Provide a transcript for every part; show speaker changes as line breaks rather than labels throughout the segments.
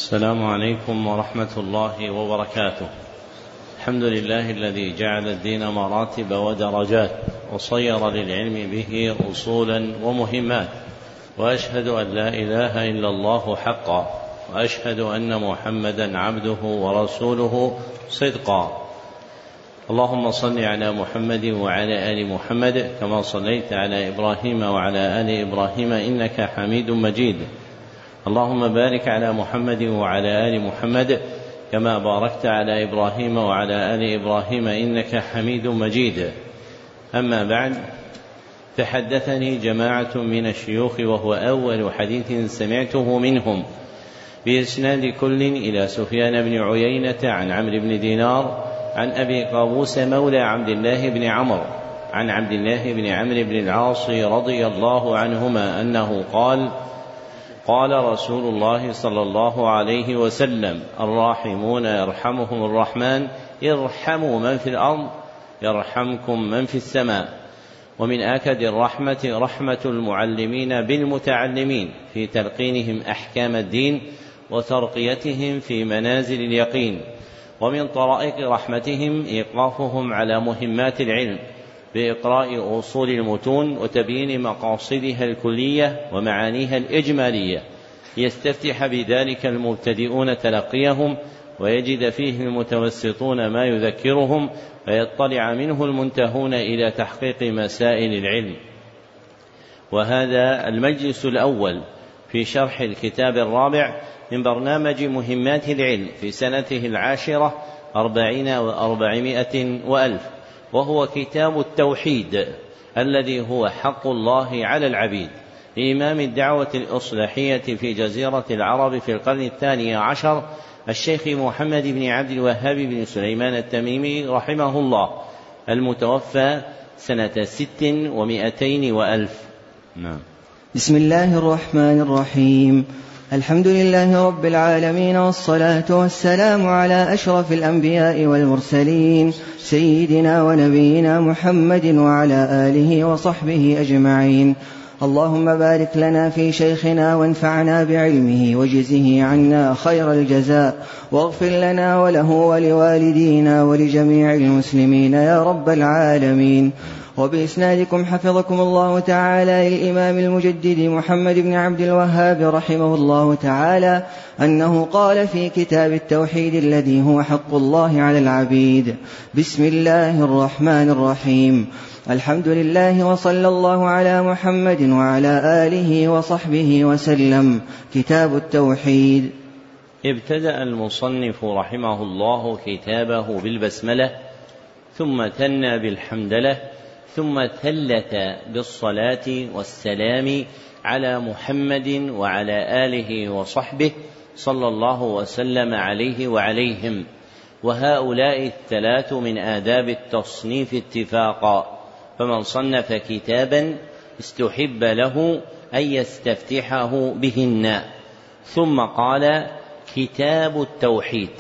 السلام عليكم ورحمة الله وبركاته. الحمد لله الذي جعل الدين مراتب ودرجات وصير للعلم به أصولا ومهمات، وأشهد أن لا إله إلا الله حقا، وأشهد أن محمدا عبده ورسوله صدقا. اللهم صل على محمد وعلى آل محمد كما صليت على إبراهيم وعلى آل إبراهيم إنك حميد مجيد. اللهم بارك على محمد وعلى آل محمد كما باركت على إبراهيم وعلى آل إبراهيم إنك حميد مجيد. أما بعد، فحدثني جماعة من الشيوخ وهو أول حديث سمعته منهم بإسناد كل إلى سفيان بن عيينة عن عمرو بن دينار عن أبي قابوس مولى عبد الله بن عمرو عن عبد الله بن عمرو بن العاص رضي الله عنهما أنه قال رسول الله صلى الله عليه وسلم: الراحمون يرحمهم الرحمن، ارحموا من في الأرض يرحمكم من في السماء. ومن آكد الرحمة رحمة المعلمين بالمتعلمين في تلقينهم أحكام الدين وترقيتهم في منازل اليقين. ومن طرائق رحمتهم إيقافهم على مهمات العلم بإقراء أصول المتون وتبيين مقاصدها الكلية ومعانيها الإجمالية، يستفتح بذلك المبتدئون تلقيهم، ويجد فيه المتوسطون ما يذكرهم، ويطلع منه المنتهون إلى تحقيق مسائل العلم. وهذا المجلس الأول في شرح الكتاب الرابع من برنامج مهمات العلم في سنته 10 40 و400 وألف، وهو كتاب التوحيد الذي هو حق الله على العبيد لإمام الدعوة الإصلاحية في جزيرة العرب في القرن 12 الشيخ محمد بن عبد الوهاب بن سليمان التميمي رحمه الله، المتوفى سنة 600 وألف.
بسم الله الرحمن الرحيم. الحمد لله رب العالمين، والصلاة والسلام على أشرف الأنبياء والمرسلين سيدنا ونبينا محمد وعلى آله وصحبه أجمعين. اللهم بارك لنا في شيخنا وانفعنا بعلمه وجزه عنا خير الجزاء، واغفر لنا وله ولوالدينا ولجميع المسلمين يا رب العالمين. وبإسنادكم حفظكم الله تعالى للإمام المجدد محمد بن عبد الوهاب رحمه الله تعالى أنه قال في كتاب التوحيد الذي هو حق الله على العبيد: بسم الله الرحمن الرحيم. الحمد لله، وصلى الله على محمد وعلى آله وصحبه وسلم. كتاب التوحيد.
ابتدأ المصنف رحمه الله كتابه بالبسملة، ثم ثنى بالحمدلة، ثم ثلث بالصلاة والسلام على محمد وعلى آله وصحبه صلى الله وسلم عليه وعليهم. وهؤلاء الثلاث من آداب التصنيف اتفاقا، فمن صنف كتابا استحب له أن يستفتحه بهن. ثم قال: كتاب التوحيد.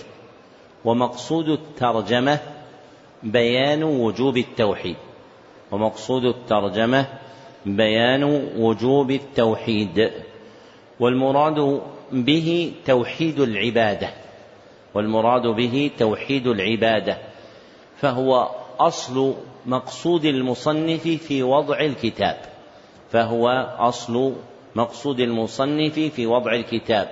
ومقصود الترجمة بيان وجوب التوحيد، ومقصود الترجمة بيان وجوب التوحيد، والمراد به توحيد العبادة، والمراد به توحيد العبادة، فهو أصل مقصود المصنف في وضع الكتاب، فهو أصل مقصود المصنف في وضع الكتاب.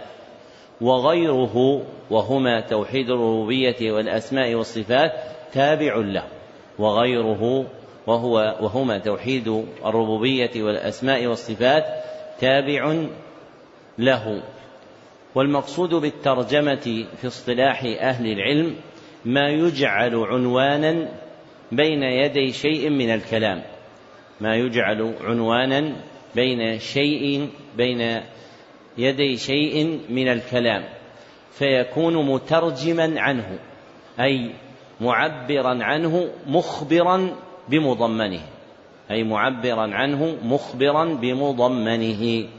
وغيره وهما توحيد الربوبية والأسماء والصفات تابع له، وغيره وهما توحيد الربوبية والأسماء والصفات تابع له. والمقصود بالترجمة في اصطلاح أهل العلم ما يجعل عنوانا بين يدي شيء من الكلام، ما يجعل عنوانا بين يدي شيء من الكلام، فيكون مترجما عنه، أي معبرا عنه مخبرا بمضمنه، أي معبرا عنه مخبرا بمضمنه.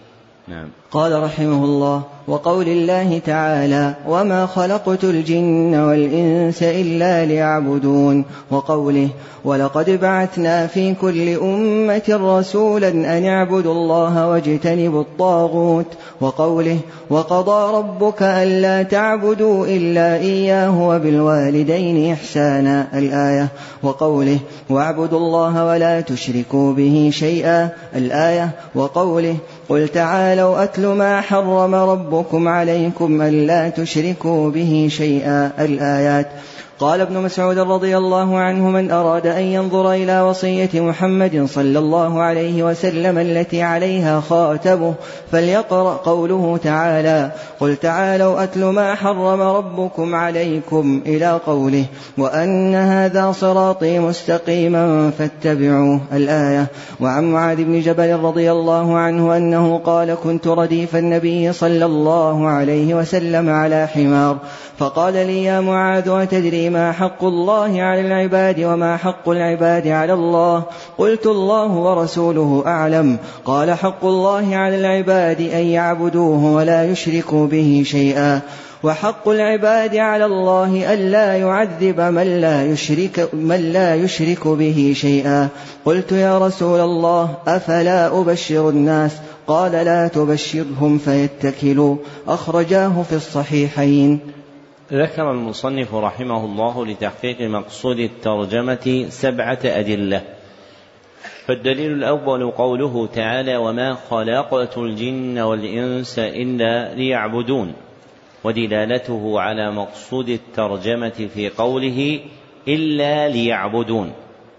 نعم.
قال رحمه الله: وقول الله تعالى: وما خلقت الجن والإنس إلا ليعبدون، وقوله: ولقد بعثنا في كل أمة رسولا أن اعبدوا الله واجتنبوا الطاغوت، وقوله: وقضى ربك ألا تعبدوا إلا إياه وبالوالدين إحسانا، الآية، وقوله: واعبدوا الله ولا تشركوا به شيئا، الآية، وقوله: قل تعالوا أتل ما حرم ربكم عليكم ألا تشركوا به شيئا، الآيات. قال ابن مسعود رضي الله عنه: من أراد أن ينظر إلى وصية محمد صلى الله عليه وسلم التي عليها خاتمه فليقرأ قوله تعالى: قل تعالوا أتل ما حرم ربكم عليكم، إلى قوله: وأن هذا صراطي مستقيما فاتبعوه، الآية. وعن معاذ بن جبل رضي الله عنه أنه قال: كنت رديف النبي صلى الله عليه وسلم على حمار، فقال لي: يا معاذ، أتدري ما حق الله على العباد وما حق العباد على الله؟ قلت: الله ورسوله أعلم. قال: حق الله على العباد أن يعبدوه ولا يشركوا به شيئا، وحق العباد على الله ألا يعذب من لا يشرك به شيئا. قلت: يا رسول الله، أفلا أبشر الناس؟ قال: لا تبشرهم فيتكلوا، أخرجاه في الصحيحين.
ذكر المصنف رحمه الله لتحقيق مقصود الترجمة 7 أدلة. فالدليل الأول قوله تعالى: وما خلقت الجن والإنس إلا ليعبدون، ودلالته على مقصود الترجمة في قوله إلا ليعبدون.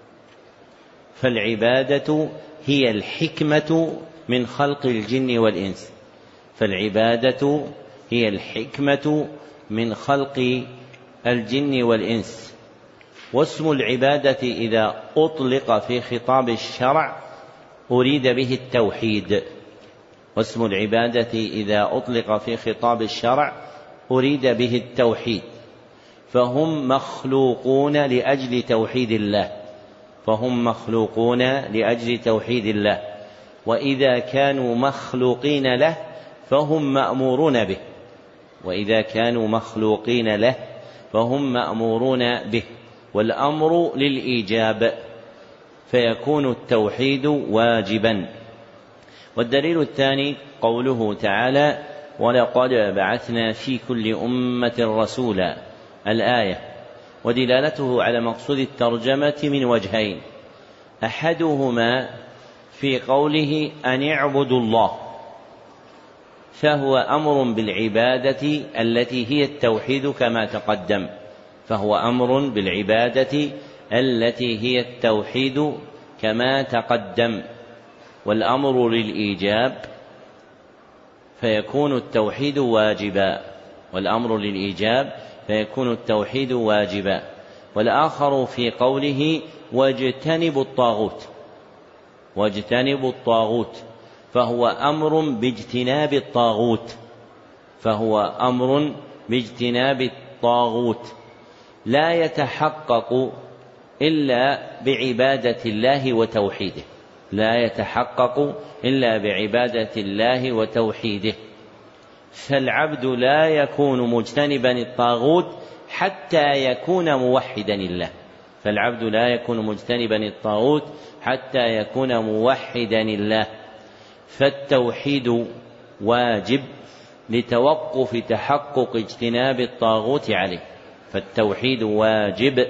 فالعبادة هي الحكمة من خلق الجن والإنس، فالعبادة هي الحكمة من خلق الجن والإنس. واسم العبادة إذا أطلق في خطاب الشرع أريد به التوحيد، واسم العبادة إذا أطلق في خطاب الشرع أريد به التوحيد، فهم مخلوقون لأجل توحيد الله، فهم مخلوقون لأجل توحيد الله، وإذا كانوا مخلوقين له فهم مأمورون به، وإذا كانوا مخلوقين له فهم مأمورون به، والأمر للإيجاب، فيكون التوحيد واجبا. والدليل الثاني قوله تعالى: ولقد بعثنا في كل أمة رسولا، الآية. ودلالته على مقصود الترجمة من وجهين: أحدهما في قوله أن اعبدوا الله، فهو أمر بالعبادة التي هي التوحيد كما تقدم، فهو أمر بالعبادة التي هي التوحيد كما تقدم، والأمر للإيجاب فيكون التوحيد واجبا، والأمر للإيجاب فيكون التوحيد واجبا. والآخر في قوله واجتنبوا الطاغوت، واجتنبوا الطاغوت، فهو أمر باجتناب الطاغوت، فهو أمر باجتناب الطاغوت، لا يتحقق إلا بعبادة الله وتوحيده، لا يتحقق إلا بعبادة الله وتوحيده. فالعبد لا يكون مجتنبا الطاغوت حتى يكون موحدا الله، فالعبد لا يكون مجتنبا الطاغوت حتى يكون موحدا الله. فالتوحيد واجب لتوقف تحقق اجتناب الطاغوت عليه، فالتوحيد واجب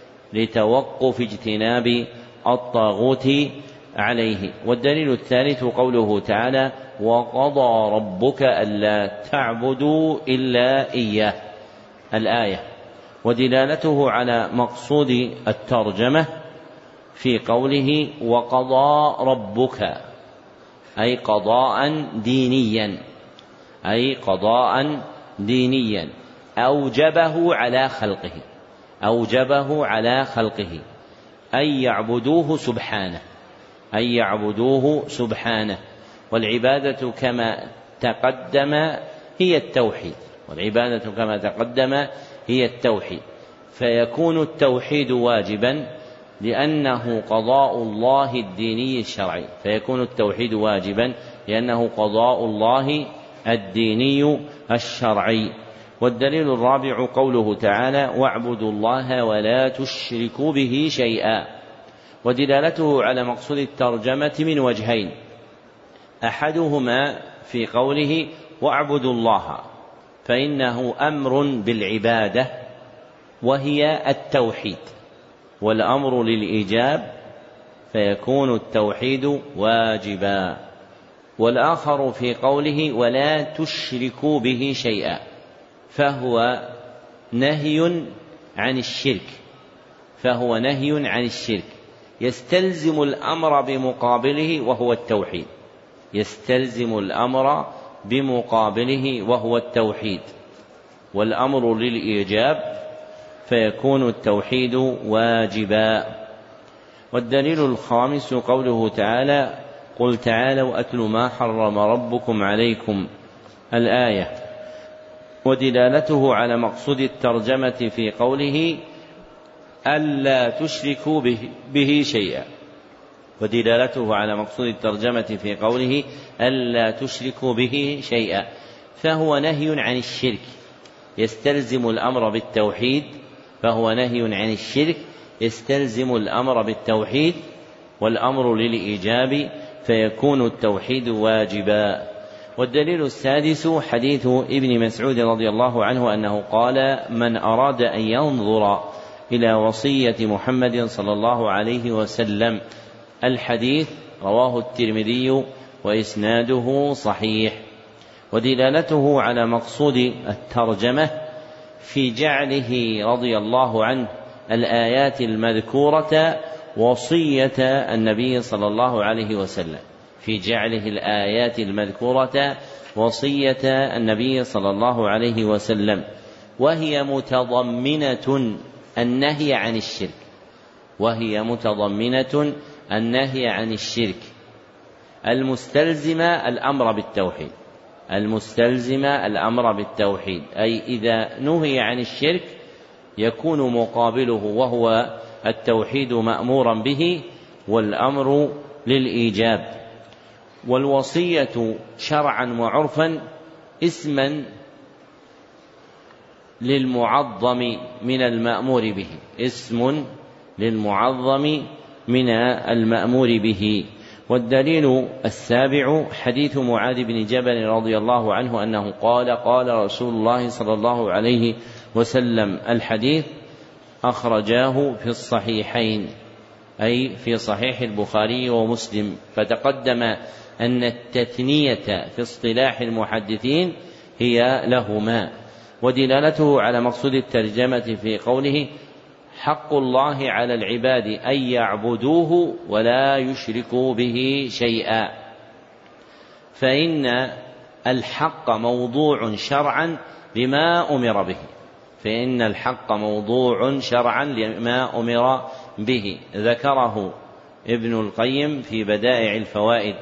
لتوقف اجتناب الطاغوت عليه. والدليل الثالث قوله تعالى: وقضى ربك ألا تعبدوا إلا إياه، الآية. ودلالته على مقصود الترجمة في قوله وقضى ربك، أي قضاء دينيا، أي قضاء دينيا أوجبه على خلقه، أوجبه على خلقه، أن يعبدوه سبحانه، أن يعبدوه سبحانه. والعبادة كما تقدم هي التوحيد، والعبادة كما تقدم هي التوحيد، فيكون التوحيد واجبا لأنه قضاء الله الديني الشرعي، فيكون التوحيد واجبا لأنه قضاء الله الديني الشرعي. والدليل الرابع قوله تعالى: واعبدوا الله ولا تشركوا به شيئا. ودلالته على مقصود الترجمة من وجهين: أحدهما في قوله واعبدوا الله، فإنه أمر بالعبادة وهي التوحيد، والأمر للإيجاب فيكون التوحيد واجبا. والآخر في قوله ولا تشركوا به شيئا، فهو نهي عن الشرك، يستلزم الأمر بمقابله وهو التوحيد، والأمر للإيجاب فيكون التوحيد واجبا. والدليل الخامس قوله تعالى: قل تعالوا أتل ما حرم ربكم عليكم، الآية. ودلالته على مقصود الترجمة في قوله ألا تشركوا به شيئا، فهو نهي عن الشرك يستلزم الأمر بالتوحيد، والأمر للإيجاب فيكون التوحيد واجبا. والدليل السادس حديث ابن مسعود رضي الله عنه أنه قال: من أراد أن ينظر إلى وصية محمد صلى الله عليه وسلم. الحديث رواه الترمذي وإسناده صحيح. ودلالته على مقصود الترجمة في جعله رضي الله عنه الآيات المذكورة وصية النبي صلى الله عليه وسلم، وهي متضمنة النهي عن الشرك المستلزمة الأمر بالتوحيد، أي إذا نهي عن الشرك يكون مقابله وهو التوحيد مأمورا به، والأمر للإيجاب. والوصية شرعا وعرفا اسما للمعظم من المأمور به. والدليل السابع حديث معاذ بن جبل رضي الله عنه أنه قال: قال رسول الله صلى الله عليه وسلم. الحديث أخرجاه في الصحيحين، أي في صحيح البخاري ومسلم. فتقدم أن التثنية في اصطلاح المحدثين هي لهما. ودلالته على مقصود الترجمة في قوله: حق الله على العباد أن يعبدوه ولا يشركوا به شيئا، فإن الحق موضوع شرعا لما أمر به. ذكره ابن القيم في بدائع الفوائد،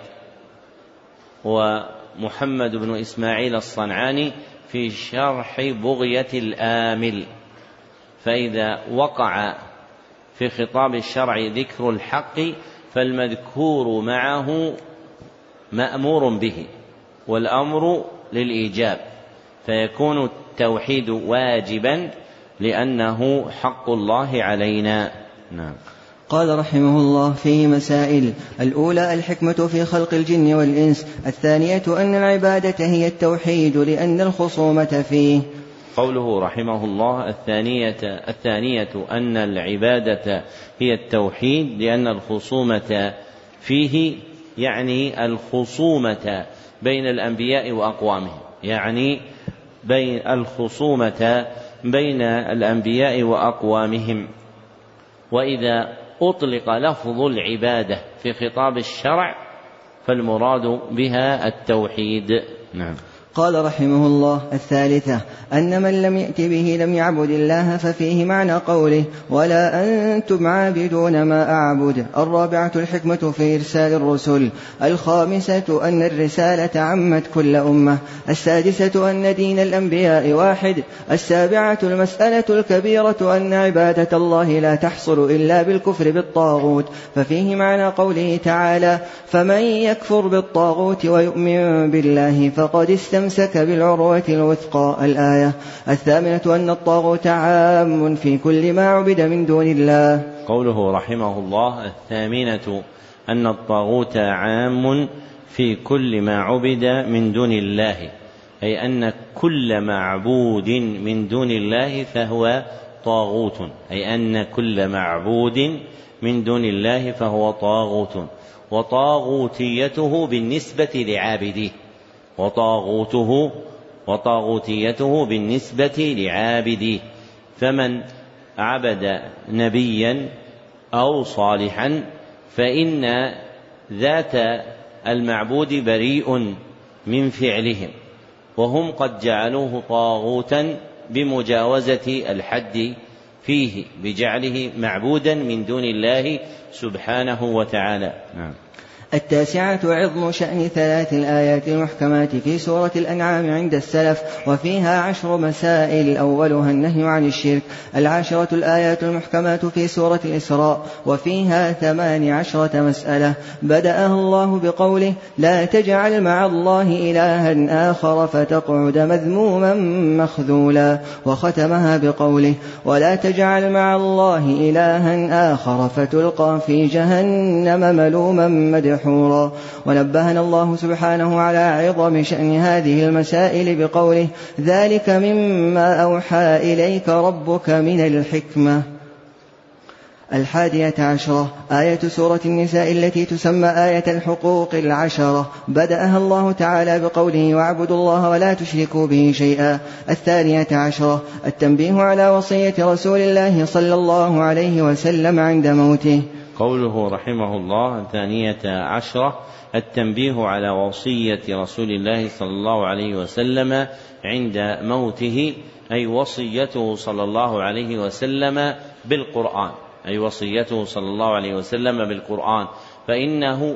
ومحمد بن إسماعيل الصنعاني في شرح بغية الآمل. فإذا وقع في خطاب الشرع ذكر الحق فالمذكور معه مأمور به، والأمر للإيجاب، فيكون التوحيد واجبا لأنه حق الله علينا. نعم.
قال رحمه الله: فيه مسائل: الأولى الحكمة في خلق الجن والإنس، الثانية أن العبادة هي التوحيد لأن الخصومة فيه.
قوله رحمه الله: الثانية أن العبادة هي التوحيد لأن الخصومة فيه، يعني الخصومة بين الأنبياء وأقوامهم. وإذا أطلق لفظ العبادة في خطاب الشرع فالمراد بها التوحيد. نعم.
قال رحمه الله: الثالثة أن من لم يأت به لم يعبد الله، ففيه معنى قوله: ولا أنتم عابدون ما أعبد. الرابعة الحكمة في إرسال الرسل. الخامسة أن الرسالة عمت كل أمة. السادسة أن دين الأنبياء واحد. السابعة المسألة الكبيرة أن عبادة الله لا تحصل إلا بالكفر بالطاغوت، ففيه معنى قوله تعالى: فمن يكفر بالطاغوت ويؤمن بالله فقد استمسك بالعروة الوثقى. الآية. الثامنة أن الطاغوت عام في كل ما عبد من دون الله.
قوله رحمه الله: الثامنة أن الطاغوت عام في كل ما عبد من دون الله، أي أن كل معبود من دون الله فهو طاغوت، أي أن كل معبود من دون الله فهو طاغوت، وطاغوتيته بالنسبة لعابديه، وطاغوتيته بالنسبة لعابديه. فمن عبد نبيا أو صالحا فإن ذات المعبود بريء من فعلهم، وهم قد جعلوه طاغوتا بمجاوزة الحد فيه، بجعله معبودا من دون الله سبحانه وتعالى. نعم.
التاسعة عظم شأن 3 الآيات المحكمات في سورة الأنعام عند السلف، وفيها 10 مسائل، أولها النهي عن الشرك. 10 الآيات المحكمات في سورة الإسراء، وفيها 18 مسألة، بدأها الله بقوله: لا تجعل مع الله إلها آخر فتقعد مذموما مخذولا، وختمها بقوله: ولا تجعل مع الله إلها آخر فتلقى في جهنم ملوما مدحورا. ونبهنا الله سبحانه على عظم شأن هذه المسائل بقوله: ذلك مما أوحى إليك ربك من الحكمة. 11 آية سورة النساء التي تسمى آية الحقوق 10، بدأها الله تعالى بقوله: واعبدوا الله ولا تشركوا به شيئا. 12 التنبيه على وصية رسول الله صلى الله عليه وسلم عند موته.
قوله رحمه الله: 12 التنبيه على وصية رسول الله صلى الله عليه وسلم عند موته، أي وصيته صلى الله عليه وسلم بالقرآن، أي وصيته صلى الله عليه وسلم بالقرآن، فإنه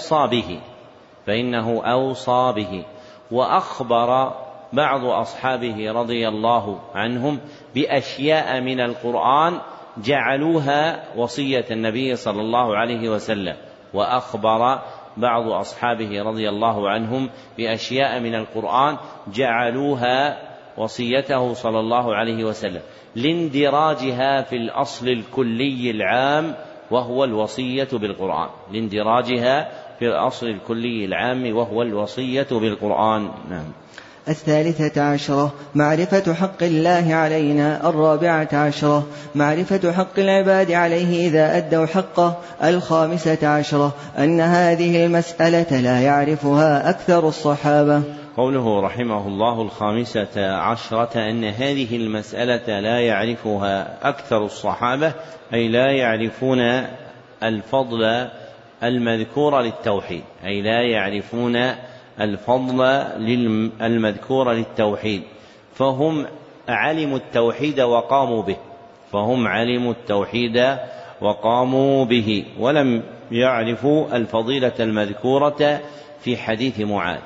أوصى به. وأخبر بعض أصحابه رضي الله عنهم بأشياء من القرآن جعلوها وصية النبي صلى الله عليه وسلم، وأخبر بعض أصحابه رضي الله عنهم بأشياء من القرآن جعلوها وصيته صلى الله عليه وسلم لاندراجها في الأصل الكلي العام وهو الوصية بالقرآن، لاندراجها في الأصل الكلي العام وهو الوصية بالقرآن. نعم.
13 معرفة حق الله علينا. 14 معرفة حق العباد عليه إذا أدوا حقه. 15 أن هذه المسألة لا يعرفها أكثر الصحابة.
قوله رحمه الله: 15 أن هذه المسألة لا يعرفها أكثر الصحابة، أي لا يعرفون الفضل المذكور للتوحيد، أي لا يعرفون الفضل المذكور للتوحيد، فهم علموا التوحيد وقاموا به، ولم يعرفوا الفضيلة المذكورة في حديث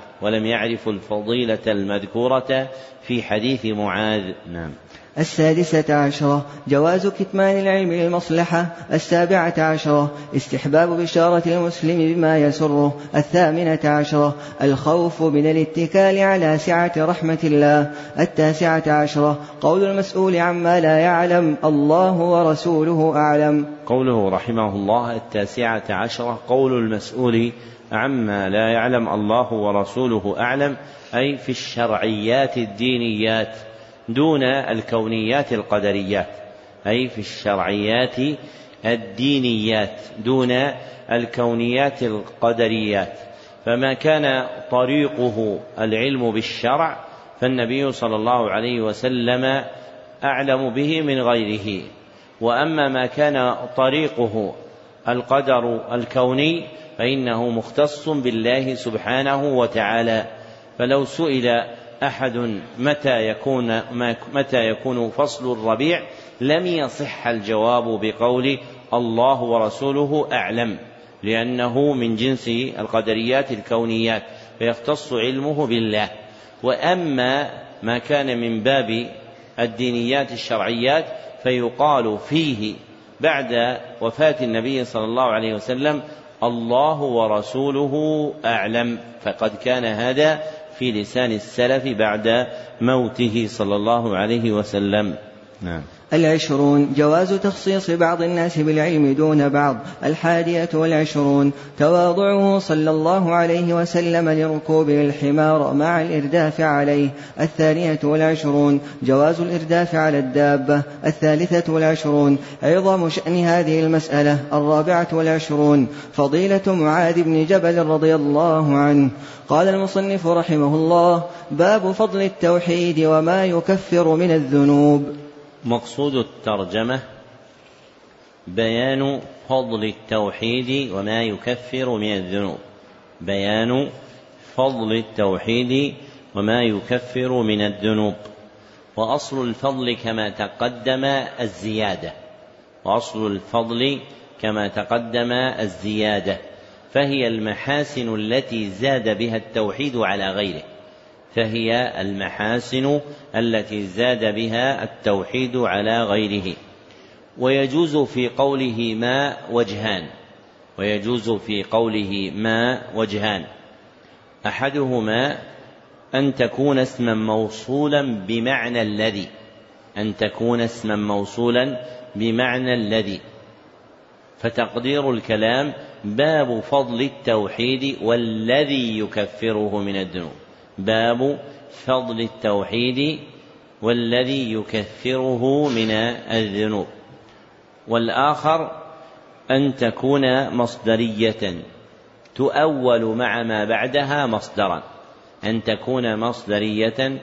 معاذ. نعم.
16 جواز كتمان العلم للمصلحة. 17 استحباب بشارة المسلم بما يسره. 18 الخوف من الاتكال على سعة رحمة الله. 19 قول المسؤول عما لا يعلم الله ورسوله أعلم.
قوله رحمه الله: 19 قول المسؤول عما لا يعلم الله ورسوله أعلم، أي في الشرعيات الدينيات دون الكونيات القدريات، أي في الشرعيات الدينيات دون الكونيات القدريات. فما كان طريقه العلم بالشرع فالنبي صلى الله عليه وسلم أعلم به من غيره، وأما ما كان طريقه القدر الكوني فإنه مختص بالله سبحانه وتعالى. فلو سئل أحد متى يكون فصل الربيع لم يصح الجواب بقول الله ورسوله أعلم، لأنه من جنس القدريات الكونيات فيختص علمه بالله. وأما ما كان من باب الدينيات الشرعيات فيقال فيه بعد وفاة النبي صلى الله عليه وسلم الله ورسوله أعلم، فقد كان هذا في لسان السلف بعد موته صلى الله عليه وسلم. نعم.
20 جواز تخصيص بعض الناس بالعلم دون بعض. 21 تواضعه صلى الله عليه وسلم لركوبه الحمار مع الإرداف عليه. 22 جواز الإرداف على الدابة. 23 عظم شأن هذه المسألة. 24 فضيلة معاذ بن جبل رضي الله عنه. قال المصنف رحمه الله: باب فضل التوحيد وما يكفر من الذنوب.
مقصود الترجمة بيان فضل التوحيد وما يكفر من الذنوب. بيان فضل التوحيد وما يكفر من الذنوب. وأصل الفضل كما تقدم الزيادة، وأصل الفضل كما تقدم الزيادة، فهي المحاسن التي زاد بها التوحيد على غيره، فهي المحاسن التي زاد بها التوحيد على غيره. ويجوز في قوله ما وجهان، ويجوز في قوله ما وجهان: أحدهما أن تكون اسما موصولا بمعنى الذي، أن تكون اسما موصولا بمعنى الذي، فتقدير الكلام باب فضل التوحيد والذي يكفره من الذنوب، باب فضل التوحيد والذي يكفره من الذنوب. والآخر أن تكون مصدرية تؤول مع ما بعدها مصدرا، أن تكون مصدرية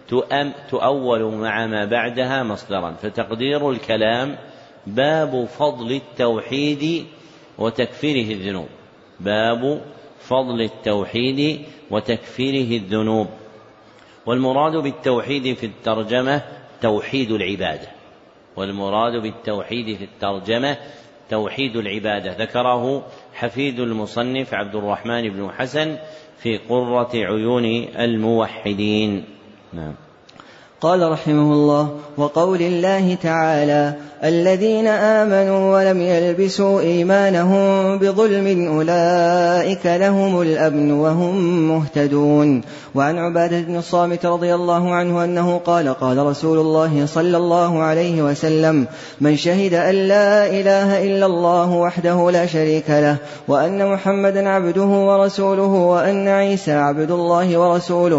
تؤول مع ما بعدها مصدرا، فتقدير الكلام باب فضل التوحيد وتكفيره الذنوب، باب فضل التوحيد وتكفيره الذنوب. والمراد بالتوحيد في الترجمة توحيد العبادة، والمراد بالتوحيد في الترجمة توحيد العبادة، ذكره حفيد المصنف عبد الرحمن بن حسن في قرة عيون الموحدين. نعم.
قال رحمه الله: وقول الله تعالى: الذين آمنوا ولم يلبسوا إيمانهم بظلم أولئك لهم الأمن وهم مهتدون. وعن عبادة بن الصامت رضي الله عنه أنه قال: قال رسول الله صلى الله عليه وسلم: من شهد أن لا إله إلا الله وحده لا شريك له وأن محمدا عبده ورسوله وأن عيسى عبد الله ورسوله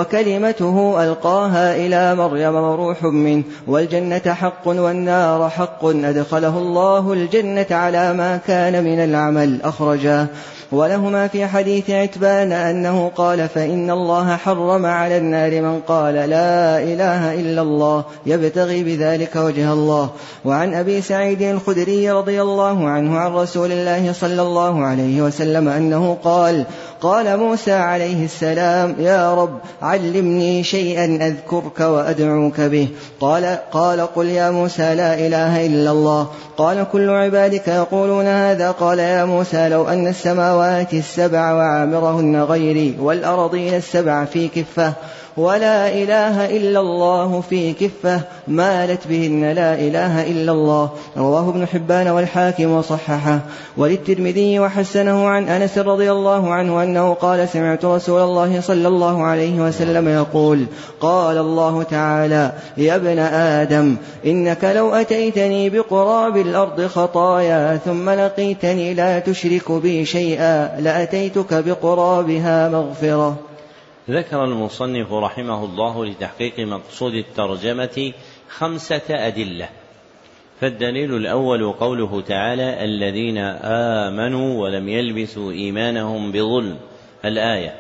وكلمته ألقاها إلى مريم وروح منه والجنة حق والنار حق أدخله الله الجنة على ما كان من العمل. أخرجاه. ولهما في حديث عتبان أنه قال: فإن الله حرم على النار من قال لا إله إلا الله يبتغي بذلك وجه الله. وعن أبي سعيد الخدري رضي الله عنه عن رسول الله صلى الله عليه وسلم أنه قال: قال موسى عليه السلام: يا رب علمني شيئا أذكرك وأدعوك به. قال: قل يا موسى لا إله إلا الله. قال: كل عبادك يقولون هذا. قال: يا موسى لو أن السماوات السبع وعامرهن غيري والأرضين السبع في كفة ولا إله إلا الله في كفة مالت بهن لا إله إلا الله. رواه ابن حبان والحاكم وصححه. وللترمذي وحسنه عن أنس رضي الله عنه أنه قال: سمعت رسول الله صلى الله عليه وسلم يقول: قال الله تعالى: يا ابن آدم إنك لو أتيتني بقراب الأرض خطايا ثم لقيتني لا تشرك بي شيئا لأتيتك بقرابها مغفرة.
ذكر المصنف رحمه الله لتحقيق مقصود الترجمة 5 أدلة. فالدليل الأول قوله تعالى: الذين آمنوا ولم يلبسوا إيمانهم بظلم، الآية،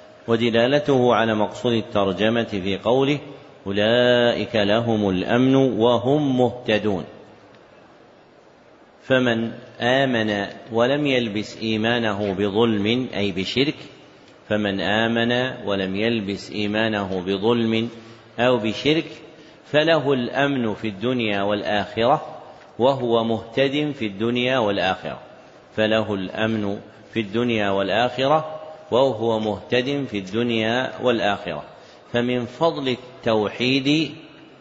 ودلالته على مقصود الترجمة في قوله: أولئك لهم الأمن وهم مهتدون. فمن آمن ولم يلبس إيمانه بظلم أي بشرك فمن آمن ولم يلبس إيمانه بظلم أو بشرك فله الأمن في الدنيا والآخرة وهو مهتد في الدنيا والآخرة، فله الأمن في الدنيا والآخرة وهو مهتد في الدنيا والآخرة. فمن فضل التوحيد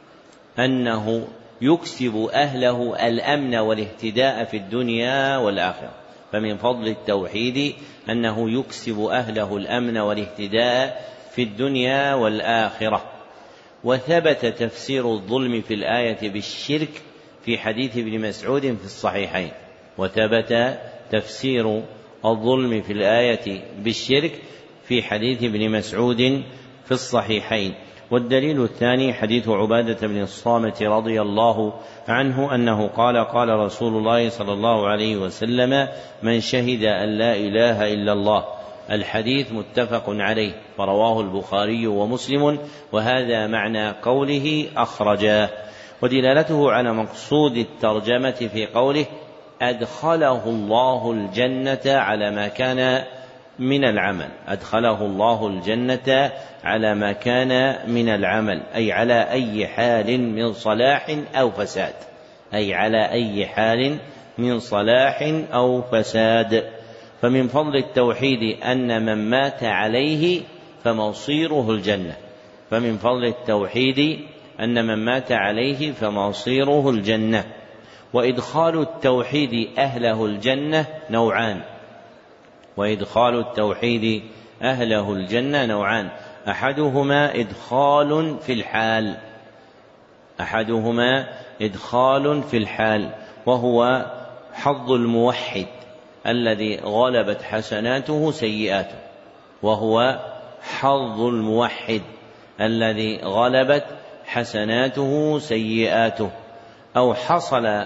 أنه يكسب أهله الأمن والاهتداء في الدنيا والآخرة، فمن فضل التوحيد أنه يكسب أهله الأمن والاهتداء في الدنيا والآخرة. وثبت تفسير الظلم في الآية بالشرك في حديث ابن مسعود في الصحيحين، وثبت تفسير الظلم في الآية بالشرك في حديث ابن مسعود في الصحيحين. والدليل الثاني حديث عبادة بن الصامت رضي الله عنه أنه قال: قال رسول الله صلى الله عليه وسلم: من شهد أن لا إله إلا الله. الحديث متفق عليه، ورواه البخاري ومسلم، وهذا معنى قوله أخرجاه. ودلالته على مقصود الترجمة في قوله: أدخله الله الجنة على ما كان من العمل، أدخله الله الجنة على ما كان من العمل، أي على أي حال من صلاح أو فساد، أي على أي حال من صلاح أو فساد. فمن فضل التوحيد أن من مات عليه فمصيره الجنة، فمن فضل التوحيد أن من مات عليه فمصيره الجنة. وإدخال التوحيد أهله الجنة نوعان، وإدخال التوحيد أهله الجنة نوعان: أحدهما إدخال في الحال، أحدهما إدخال في الحال، وهو حظ الموحد الذي غلبت حسناته سيئاته، وهو حظ الموحد الذي غلبت حسناته سيئاته. أو حصل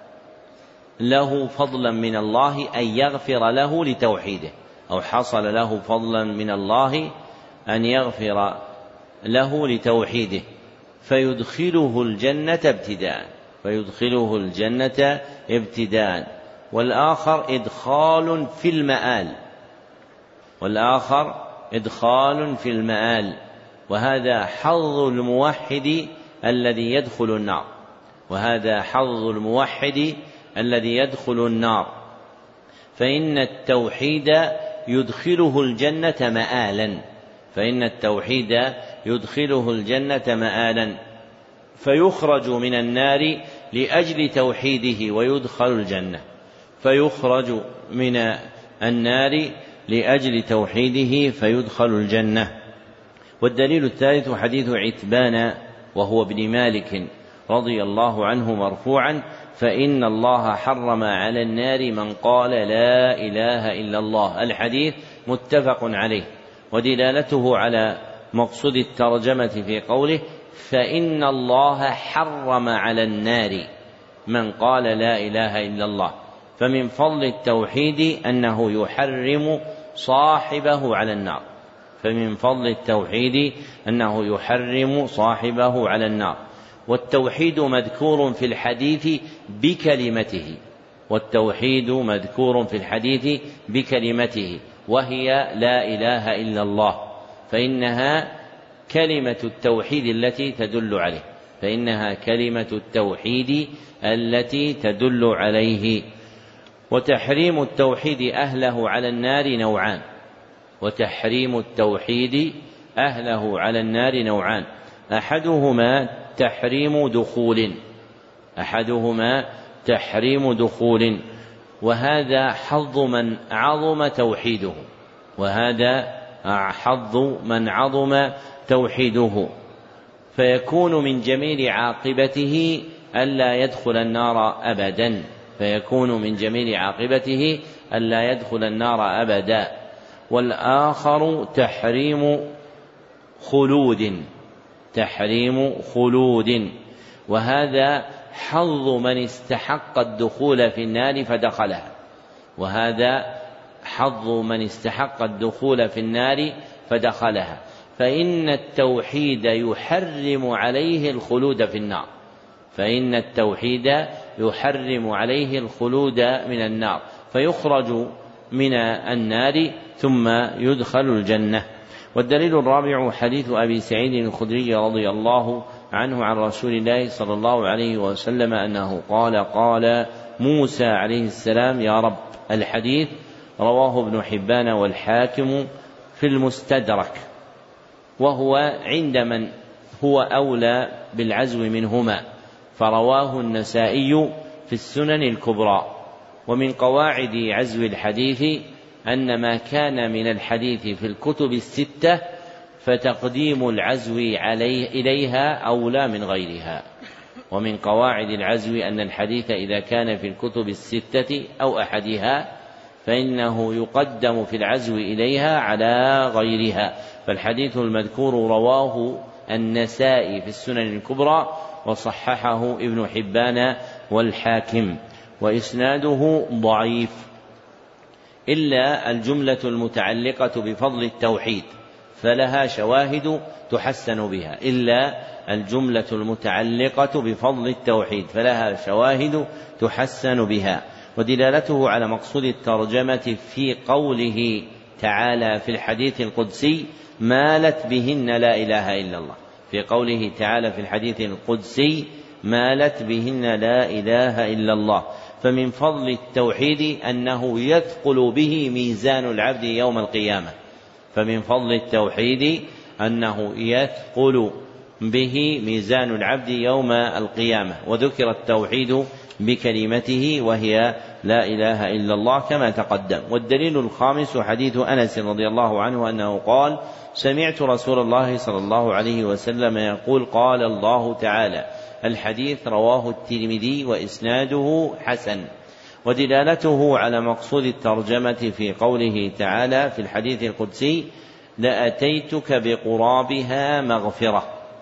له فضلا من الله أن يغفر له لتوحيده، أو حصل له فضلا من الله أن يغفر له لتوحيده فيدخله الجنة ابتداء، فيدخله الجنة ابتداء. والآخر إدخال في المآل، والآخر إدخال في المآل، وهذا حظ الموحد الذي يدخل النار، وهذا حظ الموحد الذي يدخل النار. فإن التوحيد يدخله الجنة مآلا، فإن التوحيد يدخله الجنة مآلا، فيخرج من النار لأجل توحيده ويدخل الجنة، فيخرج من النار لأجل توحيده فيدخل الجنة. والدليل الثالث حديث عتبان وهو ابن مالك رضي الله عنه مرفوعا: فإن الله حرم على النار من قال لا إله إلا الله. الحديث متفق عليه، ودلالته على مقصود الترجمة في قوله: فإن الله حرم على النار من قال لا إله إلا الله. فمن فضل التوحيد أنه يحرم صاحبه على النار، فمن فضل التوحيد أنه يحرم صاحبه على النار. والتوحيد مذكور في الحديث بكلمته، والتوحيد مذكور في الحديث بكلمته، وهي لا إله إلا الله، فإنها كلمة التوحيد التي تدل عليه، فإنها كلمة التوحيد التي تدل عليه. وتحريم التوحيد أهله على النار نوعان، وتحريم التوحيد أهله على النار نوعان: أحدهما تحريم دخول، أحدهما تحريم دخول، وهذا حظ من عظم توحيده، وهذا حظ من عظم توحيده، فيكون من جميل عاقبته ألا يدخل النار أبدا، فيكون من جميل عاقبته ألا يدخل النار أبدا. والآخر تحريم خلود، تحريم خلود، وهذا حظ من استحق الدخول في النار فدخلها، وهذا حظ من استحق الدخول في النار فدخلها. فإن التوحيد يحرم عليه الخلود في النار، فإن التوحيد يحرم عليه الخلود من النار، فيخرج من النار ثم يدخل الجنة. والدليل الرابع حديث أبي سعيد الخدري رضي الله عنه عن رسول الله صلى الله عليه وسلم أنه قال موسى عليه السلام يا رب. الحديث رواه ابن حبان والحاكم في المستدرك، وهو عند من هو أولى بالعزو منهما، فرواه النسائي في السنن الكبرى. ومن قواعد عزو الحديث أن ما كان من الحديث في الكتب الستة فتقديم العزو إليها أولى من غيرها. ومن قواعد العزو أن الحديث إذا كان في الكتب الستة أو أحدها فإنه يقدم في العزو إليها على غيرها. فالحديث المذكور رواه النسائي في السنن الكبرى وصححه ابن حبان والحاكم، وإسناده ضعيف إلا الجملة المتعلقة بفضل التوحيد فلها شواهد تحسن بها، إلا الجملة المتعلقة بفضل التوحيد فلها شواهد تحسن بها. ودلالته على مقصود الترجمة في قوله تعالى في الحديث القدسي مالت بهن لا إله إلا الله، في قوله تعالى في الحديث القدسي مالت بهن لا إله إلا الله. فمن فضل التوحيد أنه يثقل به ميزان العبد يوم القيامة، فمن فضل التوحيد أنه يثقل به ميزان العبد يوم القيامة. وذكر التوحيد بكلمته وهي لا إله إلا الله كما تقدم. والدليل الخامس حديث أنس رضي الله عنه أنه قال سمعت رسول الله صلى الله عليه وسلم يقول قال الله تعالى. الحديث رواه الترمذي وإسناده حسن. ودلالته على مقصود الترجمة في قوله تعالى في الحديث القدسي لأتيتك بقرابها مغفرة،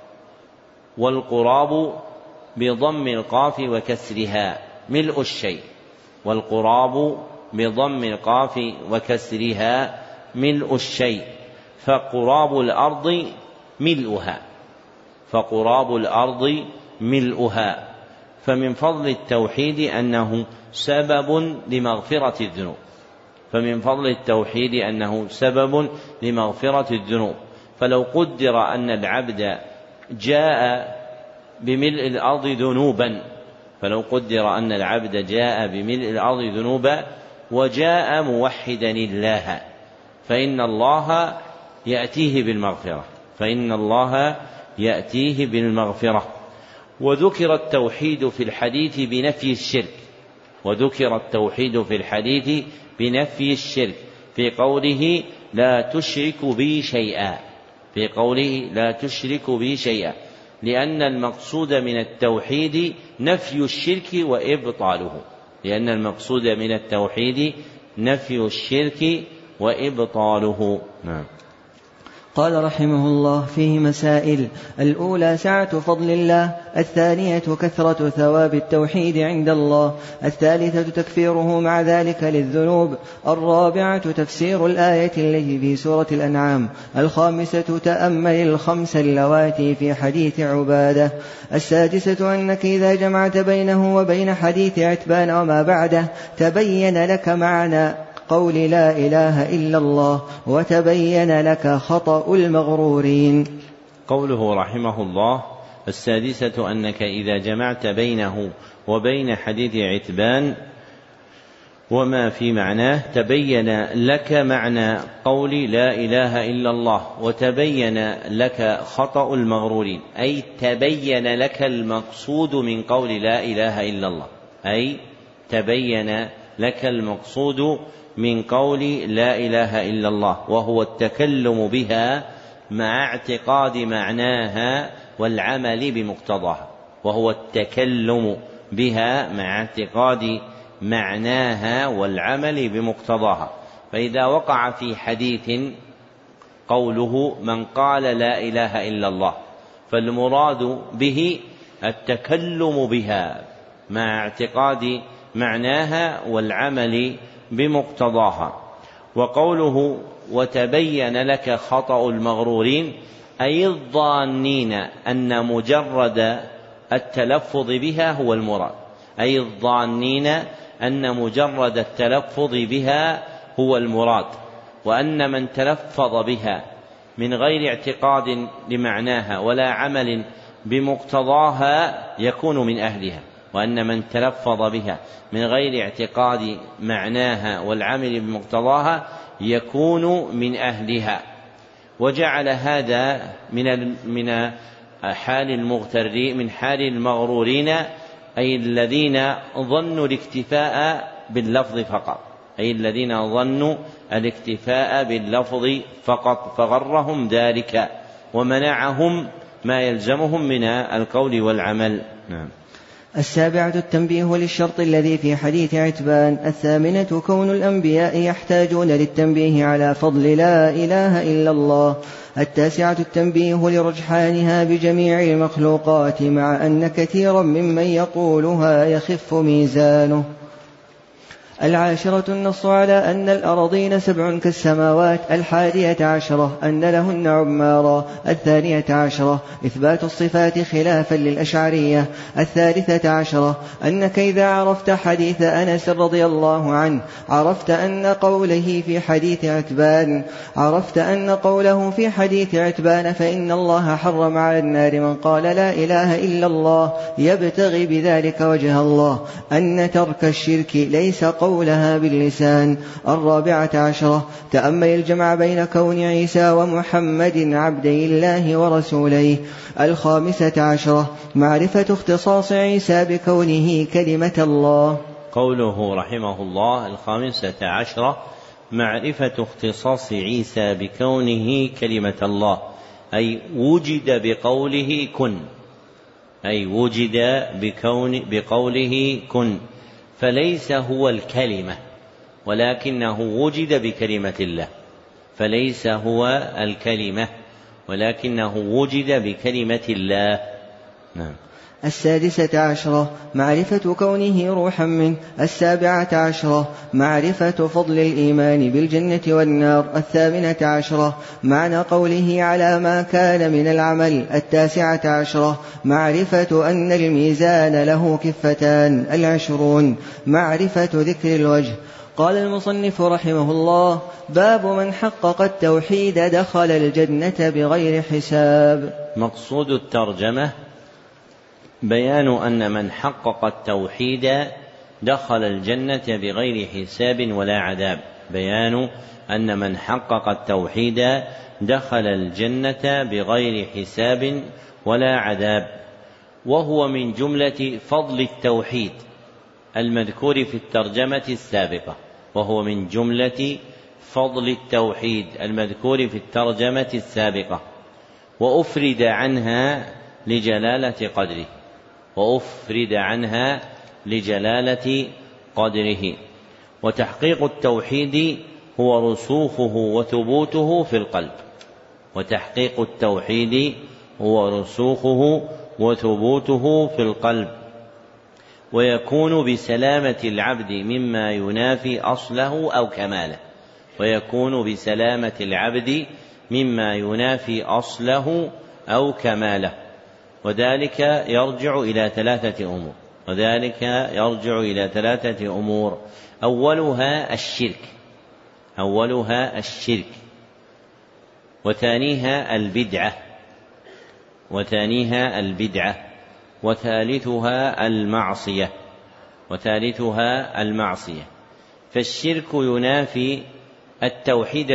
والقراب بضم القاف وكسرها ملء الشيء، والقراب بضم القاف وكسرها ملء الشيء، فقراب الأرض ملؤها، فقراب الأرض ملؤها. فمن فضل التوحيد أنه سبب لمغفرة الذنوب، فمن فضل التوحيد أنه سبب لمغفرة الذنوب. فلو قدر أن العبد جاء بملء الأرض ذنوبا، فلو قدر أن العبد جاء بملء الأرض ذنوبا وجاء موحدا الله فإن الله يأتيه بالمغفرة، فإن الله يأتيه بالمغفرة. وذكر التوحيد في الحديث بنفي الشرك، وذكر التوحيد في الحديث بنفي الشرك في قوله لا تشرك بي شيئا، في قوله لا تشرك بي شيئا، لأن المقصود من التوحيد نفي الشرك وإبطاله، لأن المقصود من التوحيد نفي الشرك وإبطاله. نعم.
قال رحمه الله فيه مسائل: الأولى سعة فضل الله، الثانية كثرة ثواب التوحيد عند الله، الثالثة تكفيره مع ذلك للذنوب، الرابعة تفسير الآية التي في سورة الأنعام، الخامسة تأمل الخمس اللواتي في حديث عبادة، السادسة أنك إذا جمعت بينه وبين حديث عتبان وما بعده تبين لك معنى قول لا إله إلا الله وتبين لك خطأ المغرورين.
قوله رحمه الله السادسة أنك إذا جمعت بينه وبين حديث عتبان وما في معناه تبين لك معنى قول لا إله إلا الله وتبين لك خطأ المغرورين، أي تبين لك المقصود من قول لا إله إلا الله، أي تبين لك المقصود من قول لا إله إلا الله، وهو التكلم بها مع اعتقاد معناها والعمل بمقتضاها، وهو التكلم بها مع اعتقاد معناها والعمل بمقتضاها. فإذا وقع في حديث قوله من قال لا إله إلا الله فالمراد به التكلم بها مع اعتقاد معناها والعمل بمقتضاها. وقوله وتبين لك خطأ المغرورين أي الظانين أن مجرد التلفظ بها هو المراد، أي الظانين أن مجرد التلفظ بها هو المراد، وأن من تلفظ بها من غير اعتقاد لمعناها ولا عمل بمقتضاها يكون من أهلها، وأن من تلفظ بها من غير اعتقاد معناها والعمل بمقتضاها يكون من أهلها. وجعل هذا من حال المغترين، من حال المغرورين، أي الذين ظنوا الاكتفاء باللفظ فقط، أي الذين ظنوا الاكتفاء باللفظ فقط فغرهم ذلك ومنعهم ما يلزمهم من القول والعمل. نعم.
7 التنبيه للشرط الذي في حديث عتبان. 8 كون الأنبياء يحتاجون للتنبيه على فضل لا إله إلا الله. 9 التنبيه لرجحانها بجميع المخلوقات مع أن كثيرا ممن يقولها يخف ميزانه. 10 النص على أن الأراضين 7 كالسماوات. 11 أن لهن عمارا. 12 إثبات الصفات خلافا للأشعرية. 13 أنك إذا عرفت حديث أنس رضي الله عنه عرفت أن قوله في حديث عتبان فإن الله حرم على النار من قال لا إله إلا الله يبتغي بذلك وجه الله، أن ترك الشرك ليس قولها باللسان. 14 تأمل الجمع بين كون عيسى ومحمد عبدي الله ورسوليه. 15 معرفة اختصاص عيسى بكونه كلمة الله.
قوله رحمه الله 15 معرفة اختصاص عيسى بكونه كلمة الله، أي وجد بقوله كن، أي وجد بقوله كن، فليس هو الكلمة ولكنه وجد بكلمة الله، فليس هو الكلمة ولكنه وجد بكلمة الله. نعم.
16 معرفة كونه روحا منه. 17 معرفة فضل الإيمان بالجنة والنار. 18 معنى قوله على ما كان من العمل. 19 معرفة أن الميزان له كفتان. 20 معرفة ذكر الوجه. قال المصنف رحمه الله: باب من حقق التوحيد دخل الجنة بغير حساب.
مقصود الترجمة بيان أن من حقق التوحيد دخل الجنة بغير حساب ولا عذاب، بيان أن من حقق التوحيد دخل الجنة بغير حساب ولا عذاب، وهو من جملة فضل التوحيد المذكور في الترجمة السابقة، وهو من جملة فضل التوحيد المذكور في الترجمة السابقة، وأفرد عنها لجلالة قدره، وأفرد عنها لجلالة قدره. وتحقيق التوحيد هو رسوخه وثبوته في القلب، وتحقيق التوحيد هو رسوخه وثبوته في القلب، ويكون بسلامة العبد مما ينافي أصله أو كماله، ويكون بسلامة العبد مما ينافي أصله أو كماله، وذلك يرجع إلى ثلاثة أمور، أولها الشرك، وثانيها البدعة، وثالثها المعصية. فالشرك ينافي التوحيد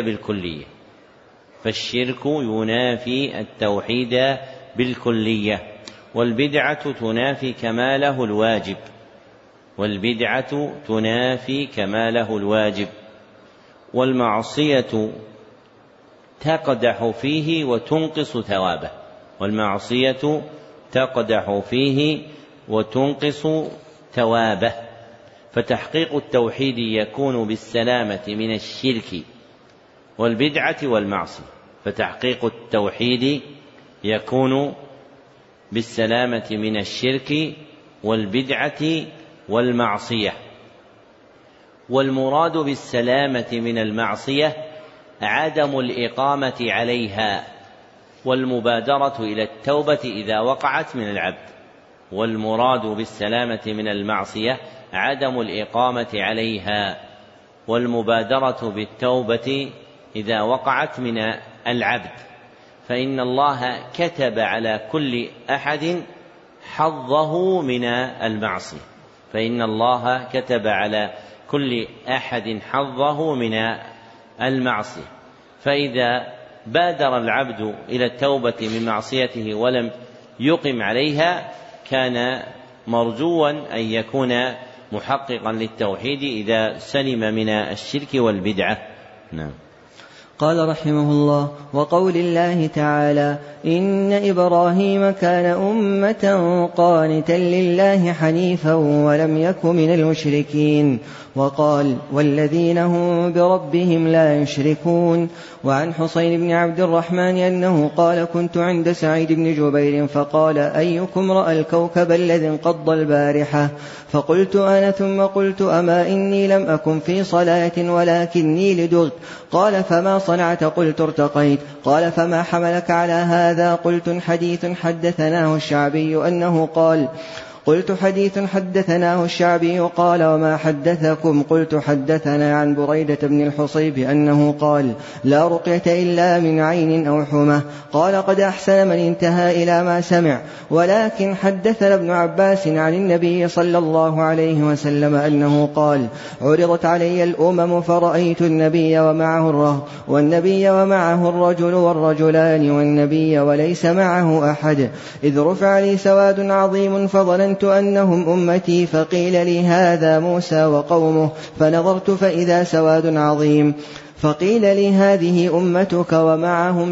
بالكلية، والبدعة تنافي كماله الواجب، والمعصية تقدح فيه وتنقص ثوابه. فتحقيق التوحيد يكون بالسلامة من الشرك والبدعة والمعصية، فتحقيق التوحيد يكون بالسلامة من الشرك والبدعة والمعصية. والمراد بالسلامة من المعصية عدم الإقامة عليها والمبادرة إلى التوبة إذا وقعت من العبد. والمراد بالسلامة من المعصية عدم الإقامة عليها والمبادرة بالتوبة إذا وقعت من العبد، فإن الله كتب على كل أحد حظه من المعصية، فإن الله كتب على كل أحد حظه من المعصية، فإذا بادر العبد إلى التوبة من معصيته ولم يقم عليها كان مرجوا أن يكون محققا للتوحيد إذا سلم من الشرك والبدعة. نعم.
قال رحمه الله: وقول الله تعالى: إن إبراهيم كان أمة قانتا لله حنيفا ولم يك من المشركين. وقال: والذين هم بربهم لا يشركون. وعن حسين بن عبد الرحمن أنه قال: كنت عند سعيد بن جبير فقال: أيكم رأى الكوكب الذي انقض البارحة؟ فقلت أنا، ثم قلت: أما إني لم أكن في صلاة ولكني لدغت. قال: فما صنعت؟ قلت: ارتقيت. قال: فما حملك على هذا؟ قلت: حديث حدثناه الشعبي أنه قال. قلت: حديث حدثناه الشعبي قال: وما حدثكم؟ قلت: حدثنا عن بريدة بن الحصيب أنه قال: لا رقية إلا من عين أو حمى. قال: قد أحسن من انتهى إلى ما سمع. ولكن حدثنا ابن عباس عن النبي صلى الله عليه وسلم أنه قال: عرضت علي الأمم فرأيت النبي ومعه الرهط، والنبي ومعه الرجل والرجلان، والنبي وليس معه أحد، إذ رفع لي سواد عظيم فظننت أنهم أمتي، فقيل لي: هذا موسى وقومه، فنظرت فإذا سواد عظيم، فقيل لي: هذه أمتك ومعهم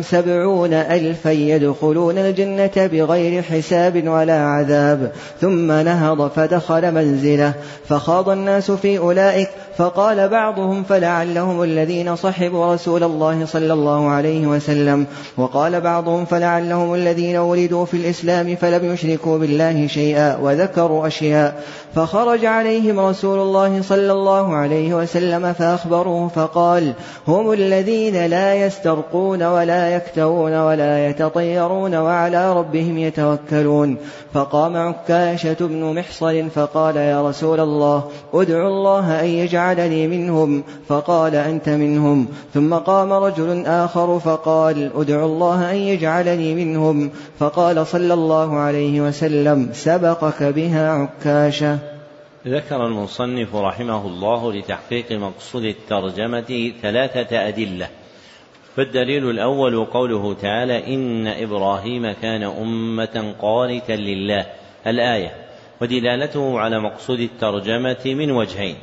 70,000 يدخلون الجنة بغير حساب ولا عذاب. ثم نهض فدخل منزله، فخاض الناس في أولئك، فقال بعضهم: فلعلهم الذين صحبوا رسول الله صلى الله عليه وسلم. وقال بعضهم: فلعلهم الذين ولدوا في الإسلام فلم يشركوا بالله شيئا، وذكروا أشياء. فخرج عليهم رسول الله صلى الله عليه وسلم فأخبروه، فقال: هم الذين لا يسترقون ولا يكتوون ولا يتطيرون وعلى ربهم يتوكلون. فقام عكاشة بن محصن فقال: يا رسول الله، ادعو الله أن يجعلني منهم. فقال: أنت منهم. ثم قام رجل آخر فقال: ادعو الله أن يجعلني منهم. فقال صلى الله عليه وسلم: سبقك بها عكاشة.
ذكر المصنف رحمه الله لتحقيق مقصود الترجمة 3 أدلة. فالدليل الأول قوله تعالى: إن إبراهيم كان أمة قانتا لله، الآية، ودلالته على مقصود الترجمة من وجهين: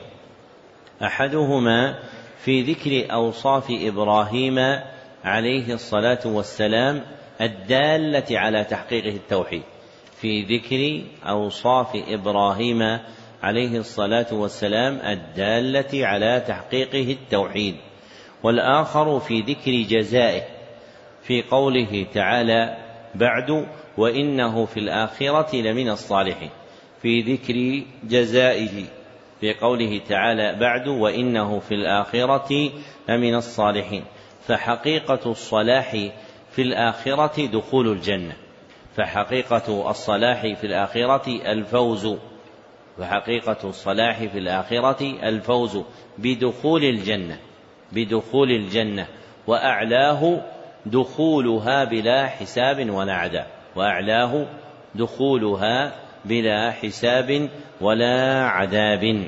أحدهما في ذكر أوصاف إبراهيم عليه الصلاة والسلام الدالة على تحقيق التوحيد، في ذكر أوصاف إبراهيم عليه الصلاة والسلام الدالة على تحقيقه التوحيد، والآخر في ذكر جزائه في قوله تعالى: بعد وإنه في الآخرة لمن الصالحين، في ذكر جزائه في قوله تعالى: بعد وإنه في الآخرة لمن الصالحين. فحقيقة الصلاح في الآخرة دخول الجنة، فحقيقة الصلاح في الآخرة الفوز، وحقيقة الصلاح في الآخرة الفوز بدخول الجنة، وأعلاه دخولها بلا حساب ولا عذاب، وأعلاه دخولها بلا حساب ولا عذاب.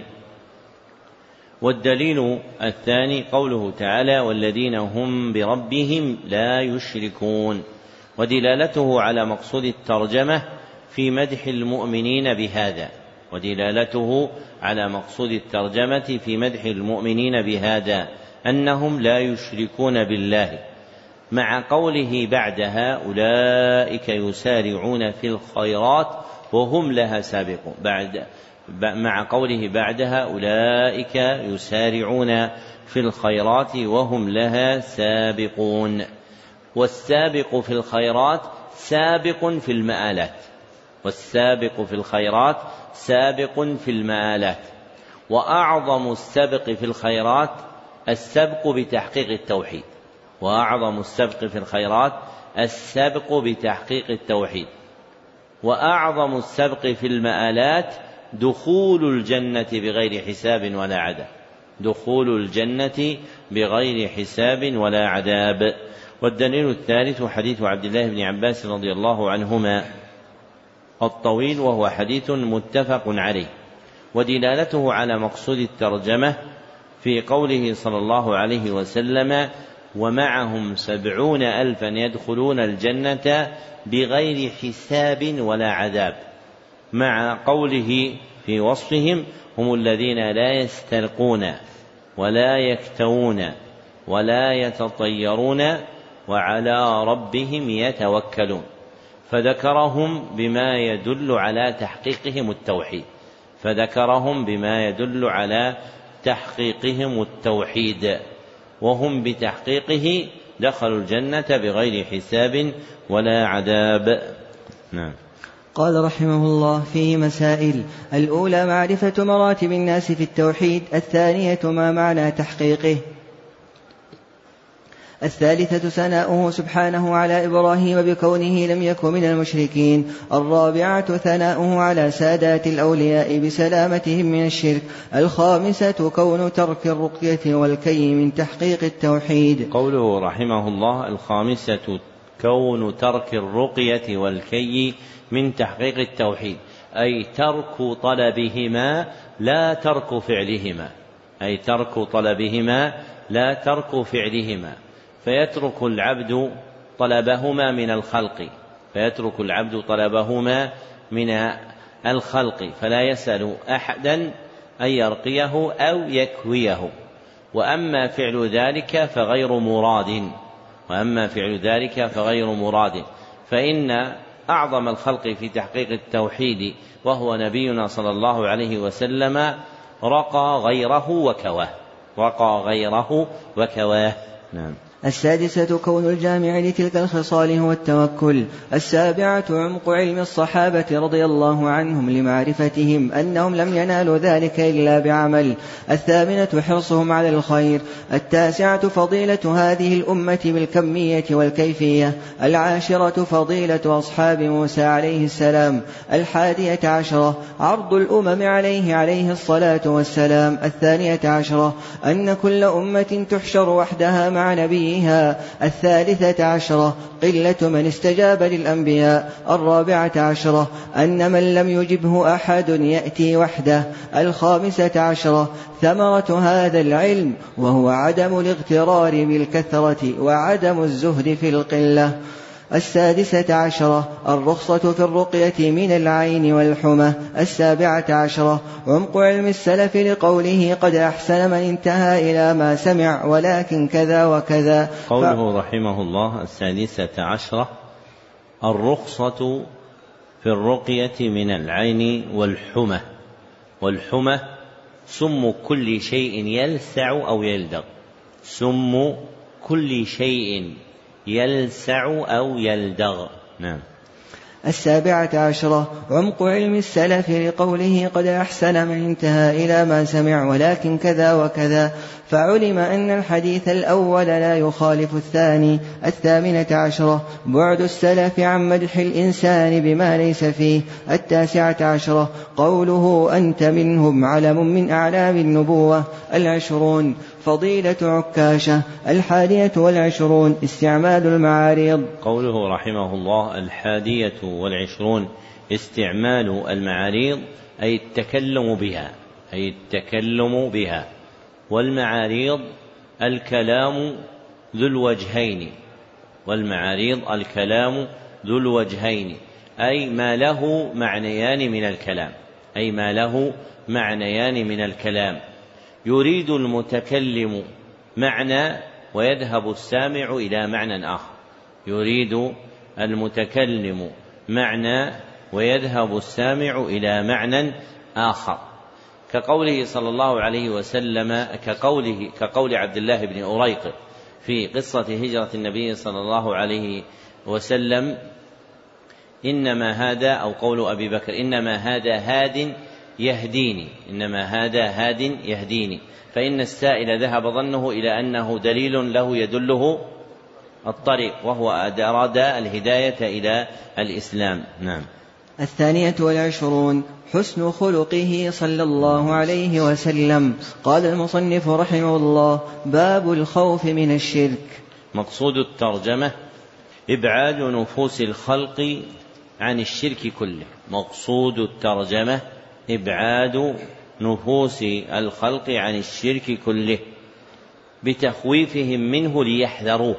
والدليل الثاني قوله تعالى: والذين هم بربهم لا يشركون، ودلالته على مقصود الترجمة في مدح المؤمنين بهذا، ودلالته على مقصود الترجمة في مدح المؤمنين بهذا أنهم لا يشركون بالله، مع قوله بعدها: أولئك يسارعون في الخيرات وهم لها سابقون، مع قوله بعدها: أولئك يسارعون في الخيرات وهم لها سابقون. والسابق في الخيرات سابق في المآلات، والسابق في الخيرات سابق في المآلات. وأعظم السبق في الخيرات السبق بتحقيق التوحيد، وأعظم السبق في الخيرات السبق بتحقيق التوحيد. وأعظم السبق في المآلات دخول الجنة بغير حساب ولا عذاب، دخول الجنة بغير حساب ولا عذاب. والدليل الثالث حديث عبد الله بن عباس رضي الله عنهما الطويل، وهو حديث متفق عليه، ودلالته على مقصود الترجمة في قوله صلى الله عليه وسلم: ومعهم 70,000 يدخلون الجنة بغير حساب ولا عذاب، مع قوله في وصفهم: هم الذين لا يسترقون ولا يكتوون ولا يتطيرون وعلى ربهم يتوكلون، فذكرهم بما يدل على تحقيقهم التوحيد، وهم بتحقيقه دخلوا الجنة بغير حساب ولا عذاب. نعم.
قال رحمه الله: فيه مسائل: الأولى معرفة مراتب الناس في التوحيد، الثانية ما معنى تحقيقه، الثالثة ثناؤه سبحانه على إبراهيم بكونه لم يكن من المشركين، الرابعة ثناؤه على سادات الأولياء بسلامتهم من الشرك، الخامسة كون ترك الرقية والكي من تحقيق التوحيد.
قوله رحمه الله: الخامسة كون ترك الرقية والكي من تحقيق التوحيد، أي ترك طلبهما لا ترك فعلهما، لا ترك فعلهما، فيترك العبد طلبهما من الخلق، فلا يسأل أحدا أن يرقيه أو يكويه، وأما فعل ذلك فغير مراد، فإن أعظم الخلق في تحقيق التوحيد وهو نبينا صلى الله عليه وسلم رقى غيره وكواه. نعم.
السادسة كون الجامع لتلك الخصال هو التوكل. السابعة عمق علم الصحابة رضي الله عنهم لمعرفتهم أنهم لم ينالوا ذلك إلا بعمل. الثامنة حرصهم على الخير. التاسعة فضيلة هذه الأمة بالكمية والكيفية. العاشرة فضيلة أصحاب موسى عليه السلام. 11 عرض الأمم عليه الصلاة والسلام. 12 أن كل أمة تحشر وحدها مع نبيها. 13 قلة من استجاب للأنبياء. 14 أن من لم يجبه أحد يأتي وحده. 15 ثمرة هذا العلم وهو عدم الاغترار بالكثرة وعدم الزهد في القلة. 16 الرخصة في الرقية من العين والحمى. 17 عمق علم السلف لقوله قد أحسن من انتهى إلى ما سمع ولكن كذا وكذا.
قوله رحمه الله 16 الرخصة في الرقية من العين والحمى سم كل شيء يلسع أو يلدغ، سم كل شيء يلسع أو يلدغ. نعم.
17 عمق علم السلف لقوله قد أحسن من انتهى إلى ما سمع ولكن كذا وكذا، فعلم أن الحديث الأول لا يخالف الثاني. 18 بعد السلف عن مدح الإنسان بما ليس فيه. 19 قوله أنت منهم علم من أعلام النبوة. 20 فضيلة عكاشة. 21 استعمال المعاريض.
قوله رحمه الله 21 استعمال المعاريض أي التكلم بها، والمعاريض الكلام ذو الوجهين، أي ما له معنيان من الكلام، يريد المتكلم معنى ويذهب السامع إلى معنى آخر، كقوله صلى الله عليه وسلم كقول عبد الله بن أريق في قصة هجرة النبي صلى الله عليه وسلم إنما هذا، أو قول أبي بكر إنما هذا هاد يهديني، فإن السائل ذهب ظنه إلى أنه دليل له يدله الطريق، وهو أراد الهداية إلى الإسلام. نعم.
22 حسن خلقه صلى الله عليه وسلم. قال المصنف رحمه الله: باب الخوف من الشرك.
مقصود الترجمة إبعاد نفوس الخلق عن الشرك كله. مقصود الترجمة إبعاد نفوس الخلق عن الشرك كله بتخويفهم منه ليحذروه.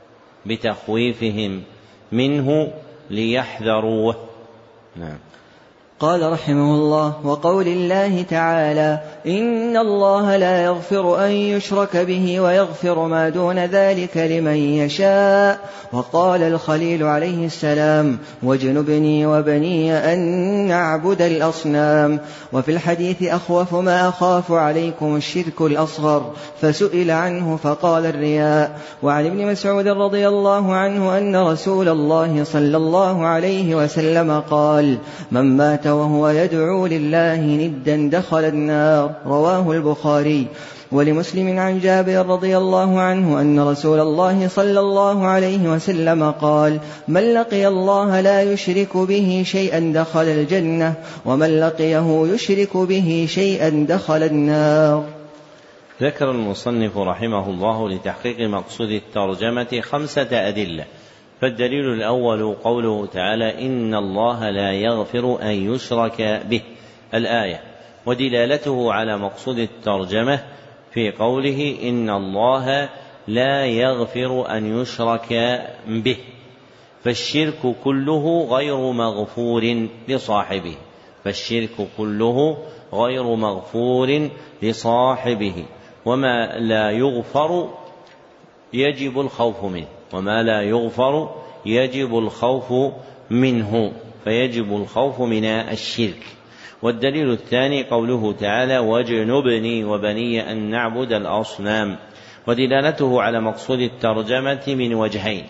بتخويفهم منه ليحذروه. نعم.
قال رحمه الله: وقول الله تعالى: إن الله لا يغفر أن يشرك به ويغفر ما دون ذلك لمن يشاء. وقال الخليل عليه السلام: واجنبني وبني أن نعبد الأصنام. وفي الحديث: أخوف ما أخاف عليكم الشرك الأصغر، فسئل عنه فقال: الرياء. وعن ابن مسعود رضي الله عنه أن رسول الله صلى الله عليه وسلم قال: من مات وهو يدعو لله ندا دخل النار. رواه البخاري. ولمسلم عن جابر رضي الله عنه أن رسول الله صلى الله عليه وسلم قال: من لقي الله لا يشرك به شيئا دخل الجنة، ومن لقيه يشرك به شيئا دخل النار.
ذكر المصنف رحمه الله لتحقيق مقصود الترجمة 5 أدلة. فالدليل الأول قوله تعالى: إن الله لا يغفر أن يشرك به، الآية، ودلالته على مقصود الترجمة في قوله: إن الله لا يغفر أن يشرك به، فالشرك كله غير مغفور لصاحبه. فالشرك كله غير مغفور لصاحبه، وما لا يغفر يجب الخوف منه. وما لا يغفر يجب الخوف منه، فيجب الخوف من الشرك. والدليل الثاني قوله تعالى: واجنبني وبني أن نعبد الأصنام، ودلالته على مقصود الترجمة من وجهين: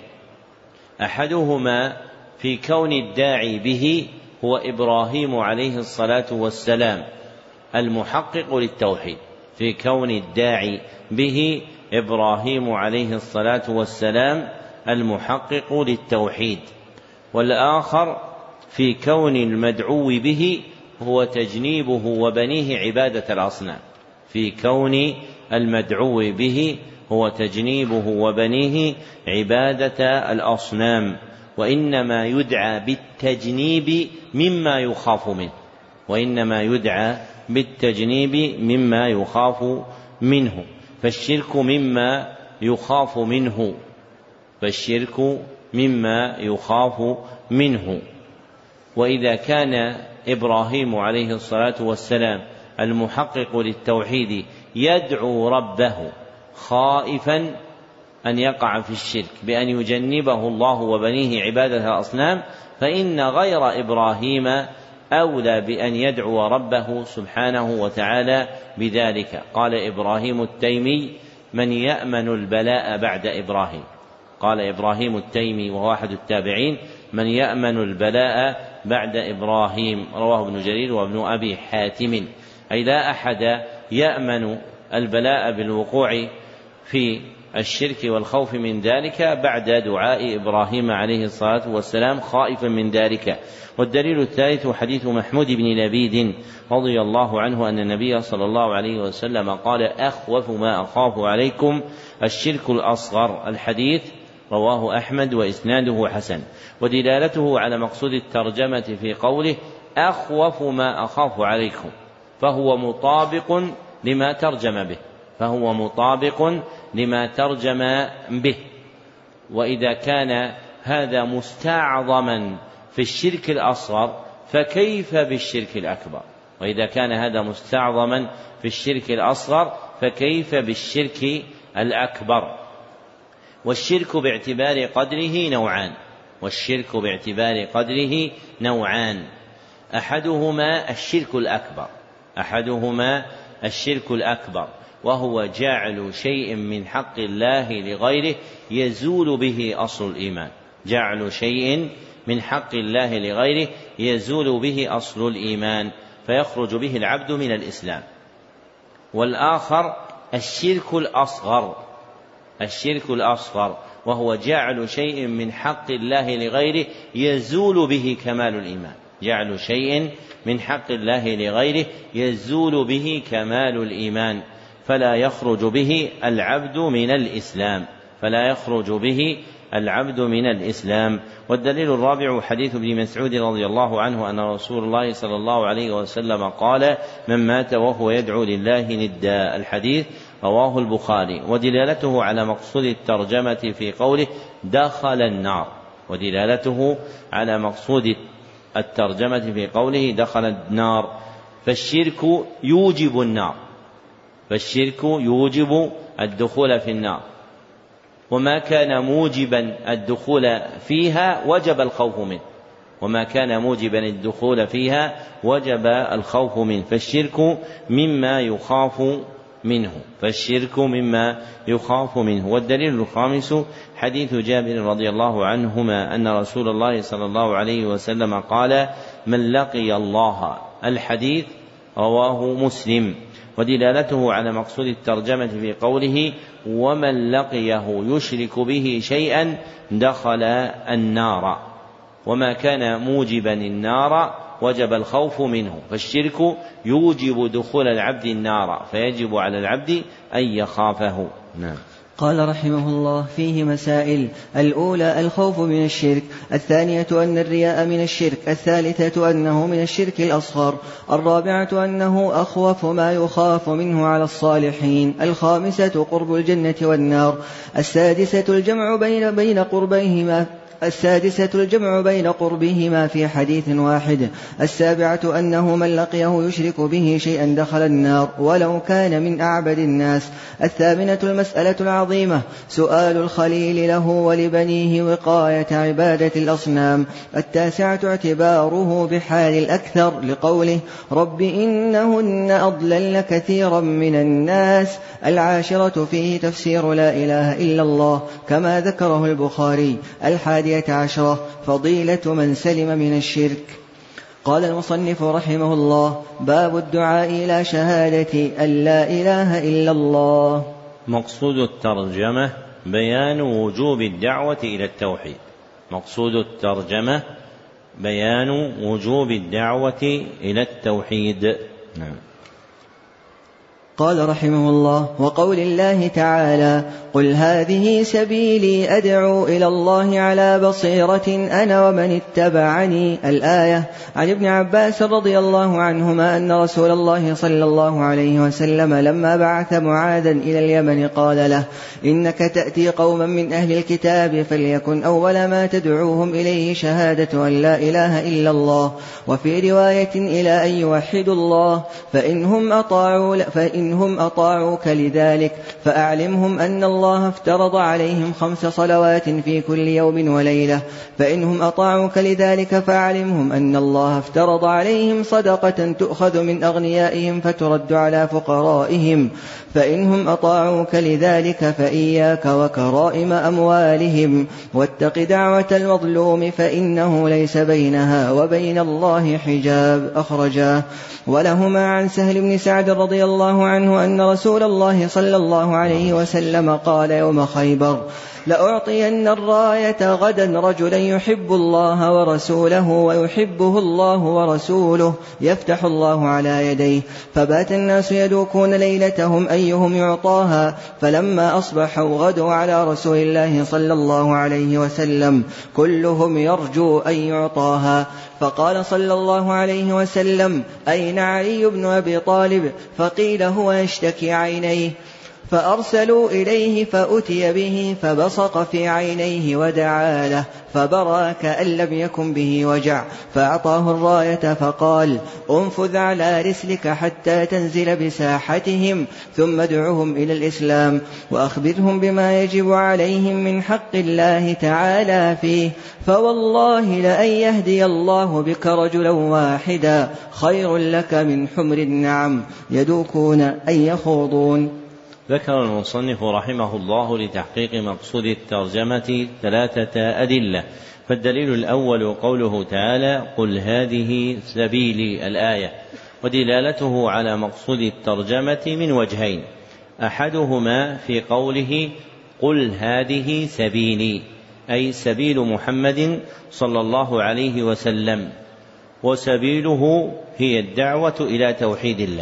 أحدهما في كون الداعي به هو إبراهيم عليه الصلاة والسلام المحقق للتوحيد. في كون الداعي به إبراهيم عليه الصلاة والسلام المحقق للتوحيد. والآخر في كون المدعو به هو تجنيبه وبنيه عبادة الأصنام. في كون المدعو به هو تجنيبه وبنيه عبادة الأصنام. وإنما يدعى بالتجنيب مما يخاف منه. وإنما يدعى بالتجنيب مما يخاف منه. فالشرك مما يخاف منه. فالشرك مما يخاف منه. وإذا كان إبراهيم عليه الصلاة والسلام المحقق للتوحيد يدعو ربه خائفا أن يقع في الشرك بأن يجنبه الله وبنيه عبادة الأصنام، فإن غير إبراهيم أولى بأن يدعو ربه سبحانه وتعالى بذلك. قال إبراهيم التيمي: من يأمن البلاء بعد إبراهيم. قال إبراهيم التيمي وهو أحد التابعين: من يأمن البلاء بعد إبراهيم. رواه ابن جرير وابن أبي حاتم. أي لا أحد يأمن البلاء بالوقوع في الشرك والخوف من ذلك بعد دعاء إبراهيم عليه الصلاة والسلام خائفا من ذلك. والدليل الثالث حديث محمود بن لبيد رضي الله عنه أن النبي صلى الله عليه وسلم قال: أخوف ما أخاف عليكم الشرك الأصغر. الحديث رواه أحمد وإسناده حسن. ودلالته على مقصود الترجمة في قوله: أخوف ما أخاف عليكم، فهو مطابق لما ترجم به. فهو مطابق لما ترجم به. وإذا كان هذا مستعظما في الشرك الأصغر فكيف بالشرك الأكبر؟ وإذا كان هذا مستعظما في الشرك الأصغر فكيف بالشرك الأكبر؟ والشرك باعتبار قدره نوعان. والشرك باعتبار قدره نوعان: أحدهما الشرك الأكبر. أحدهما الشرك الأكبر، وهو جعل شيء من حق الله لغيره يزول به أصل الإيمان. جعل شيء من حق الله لغيره يزول به أصل الإيمان، فيخرج به العبد من الإسلام. والآخر الشرك الأصغر. الشرك الأصغر وهو جعل شيء من حق الله لغيره يزول به كمال الإيمان. جعل شيء من حق الله لغيره يزول به كمال الإيمان، فلا يخرج به العبد من الإسلام. والدليل الرابع حديث ابن مسعود رضي الله عنه أن رسول الله صلى الله عليه وسلم قال: من مات وهو يدعو لله ندا. الحديث رواه البخاري. ودلالته على مقصود الترجمة في قوله دخل النار، فالشرك يوجب الدخول في النار، وما كان موجبا الدخول فيها وجب الخوف منه، فالشرك مما يخاف منه. والدليل الخامس حديث جابر رضي الله عنهما أن رسول الله صلى الله عليه وسلم قال: من لقي الله. الحديث رواه مسلم. ودلالته على مقصود الترجمة في قوله ومن لقيه يشرك به شيئا دخل النار، وما كان موجبا النار وجب الخوف منه، فالشرك يوجب دخول العبد النار، فيجب على العبد أن يخافه. نعم.
قال رحمه الله: فيه مسائل: الأولى الخوف من الشرك، الثانية أن الرياء من الشرك، الثالثة أنه من الشرك الأصغر، الرابعة أنه أخوف ما يخاف منه على الصالحين، الخامسة قرب الجنة والنار، السادسة الجمع بين قربهما في حديث واحد، السابعة أنه من لقيه يشرك به شيئا دخل النار ولو كان من أعبد الناس، الثامنة المسألة العظيمة سؤال الخليل له ولبنيه وقاية عبادة الأصنام، التاسعة اعتباره بحال الأكثر لقوله رب إنهن أضللن كثيرا من الناس، العاشرة فيه تفسير لا إله إلا الله كما ذكره البخاري، 11 فضيلة من سلم من الشرك. قال المصنف رحمه الله: باب الدعاء إلى شهادة أن لا إله إلا الله.
مقصود الترجمة بيان وجوب الدعوة إلى التوحيد. نعم.
قال رحمه الله: وقول الله تعالى: قل هذه سبيلي أدعو إلى الله على بصيرة أنا ومن اتبعني، الآية. عن ابن عباس رضي الله عنهما أن رسول الله صلى الله عليه وسلم لما بعث معاذا إلى اليمن قال له: إنك تأتي قوما من أهل الكتاب فليكن أول ما تدعوهم إليه شهادة أن لا إله إلا الله، وفي رواية إلى أن يوحدوا الله، فإنهم أطاعوك لذلك فأعلمهم أن الله افترض عليهم 5 صلوات في كل يوم وليلة، فإنهم أطاعوك لذلك فأعلمهم أن الله افترض عليهم صدقة تؤخذ من أغنيائهم فترد على فقرائهم، فإنهم أطاعوك لذلك فإياك وكرائم أموالهم، واتق دعوة المظلوم فإنه ليس بينها وبين الله حجاب، أخرجاه. ولهما عن سهل بن سعد رضي الله عنه أن رسول الله صلى الله عليه وسلم قال يوم خيبر: لأعطين الراية غدا رجلا يحب الله ورسوله ويحبه الله ورسوله يفتح الله على يديه، فبات الناس يدوكون ليلتهم أيهم يعطاها، فلما أصبحوا غدوا على رسول الله صلى الله عليه وسلم كلهم يرجو أن يعطاها، فقال صلى الله عليه وسلم: أين علي بن أبي طالب؟ فقيل هو يشتكي عينيه، فأرسلوا إليه فأتي به فبصق في عينيه ودعا له فبرأ كأن لم يكن به وجع، فأعطاه الراية فقال: انفذ على رسلك حتى تنزل بساحتهم ثم ادعهم إلى الإسلام وأخبرهم بما يجب عليهم من حق الله تعالى فيه، فوالله لأن يهدي الله بك رجلا واحدا خير لك من حمر النعم يدوكون أن يخوضون.
ذكر المصنف رحمه الله لتحقيق مقصود الترجمة 3 أدلة. فالدليل الأول قوله تعالى: قل هذه سبيلي، الآية، ودلالته على مقصود الترجمة من وجهين: أحدهما في قوله قل هذه سبيلي، أي سبيل محمد صلى الله عليه وسلم، وسبيله هي الدعوة إلى توحيد الله،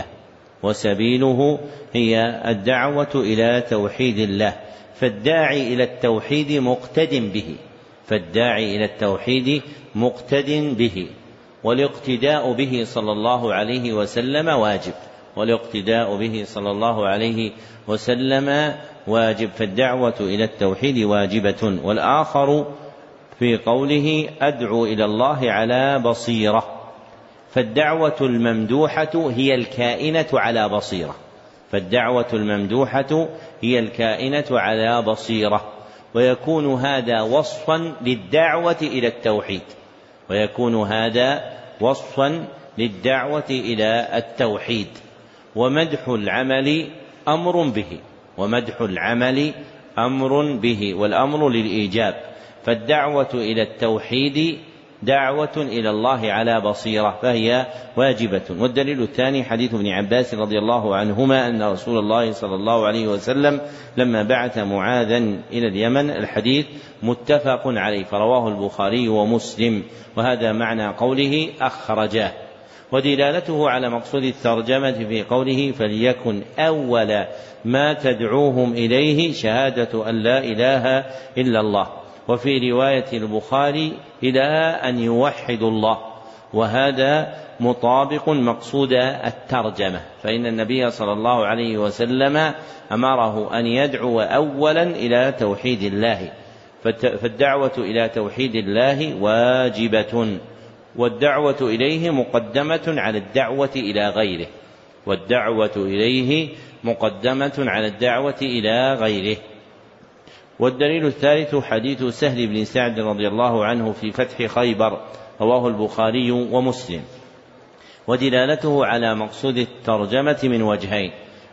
وسبيله هي الدعوة إلى توحيد الله. فالداعي إلى التوحيد مقتد به، فالداعي إلى التوحيد مقتد به، والاقتداء به صلى الله عليه وسلم واجب، والاقتداء به صلى الله عليه وسلم واجب. فالدعوة إلى التوحيد واجبة. والآخر في قوله أدعو إلى الله على بصيرة، فالدعوة الممدوحة هي الكائنة على بصيرة، فالدعوة الممدوحة هي الكائنة على بصيرة، ويكون هذا وصفا للدعوة إلى التوحيد، ويكون هذا وصفا للدعوة إلى التوحيد. ومدح العمل أمر به، ومدح العمل أمر به، والأمر للإيجاب. فالدعوة إلى التوحيد دعوة إلى الله على بصيرة فهي واجبة. والدليل الثاني حديث ابن عباس رضي الله عنهما أن رسول الله صلى الله عليه وسلم لما بعث معاذا إلى اليمن، الحديث متفق عليه فرواه البخاري ومسلم، وهذا معنى قوله أخرجاه. ودلالته على مقصود الترجمة في قوله فليكن أول ما تدعوهم إليه شهادة أن لا إله إلا الله، وفي رواية البخاري إلى أن يوحدوا الله، وهذا مطابق مقصود الترجمة، فإن النبي صلى الله عليه وسلم أمره أن يدعو أولا إلى توحيد الله، فالدعوة إلى توحيد الله واجبة، والدعوة إليه مقدمة على الدعوة إلى غيره، والدعوة إليه مقدمة على الدعوة إلى غيره. والدليل الثالث حديث سهل بن سعد رضي الله عنه في فتح خيبر رواه البخاري ومسلم. ودلالته على مقصود الترجمة من وجهين: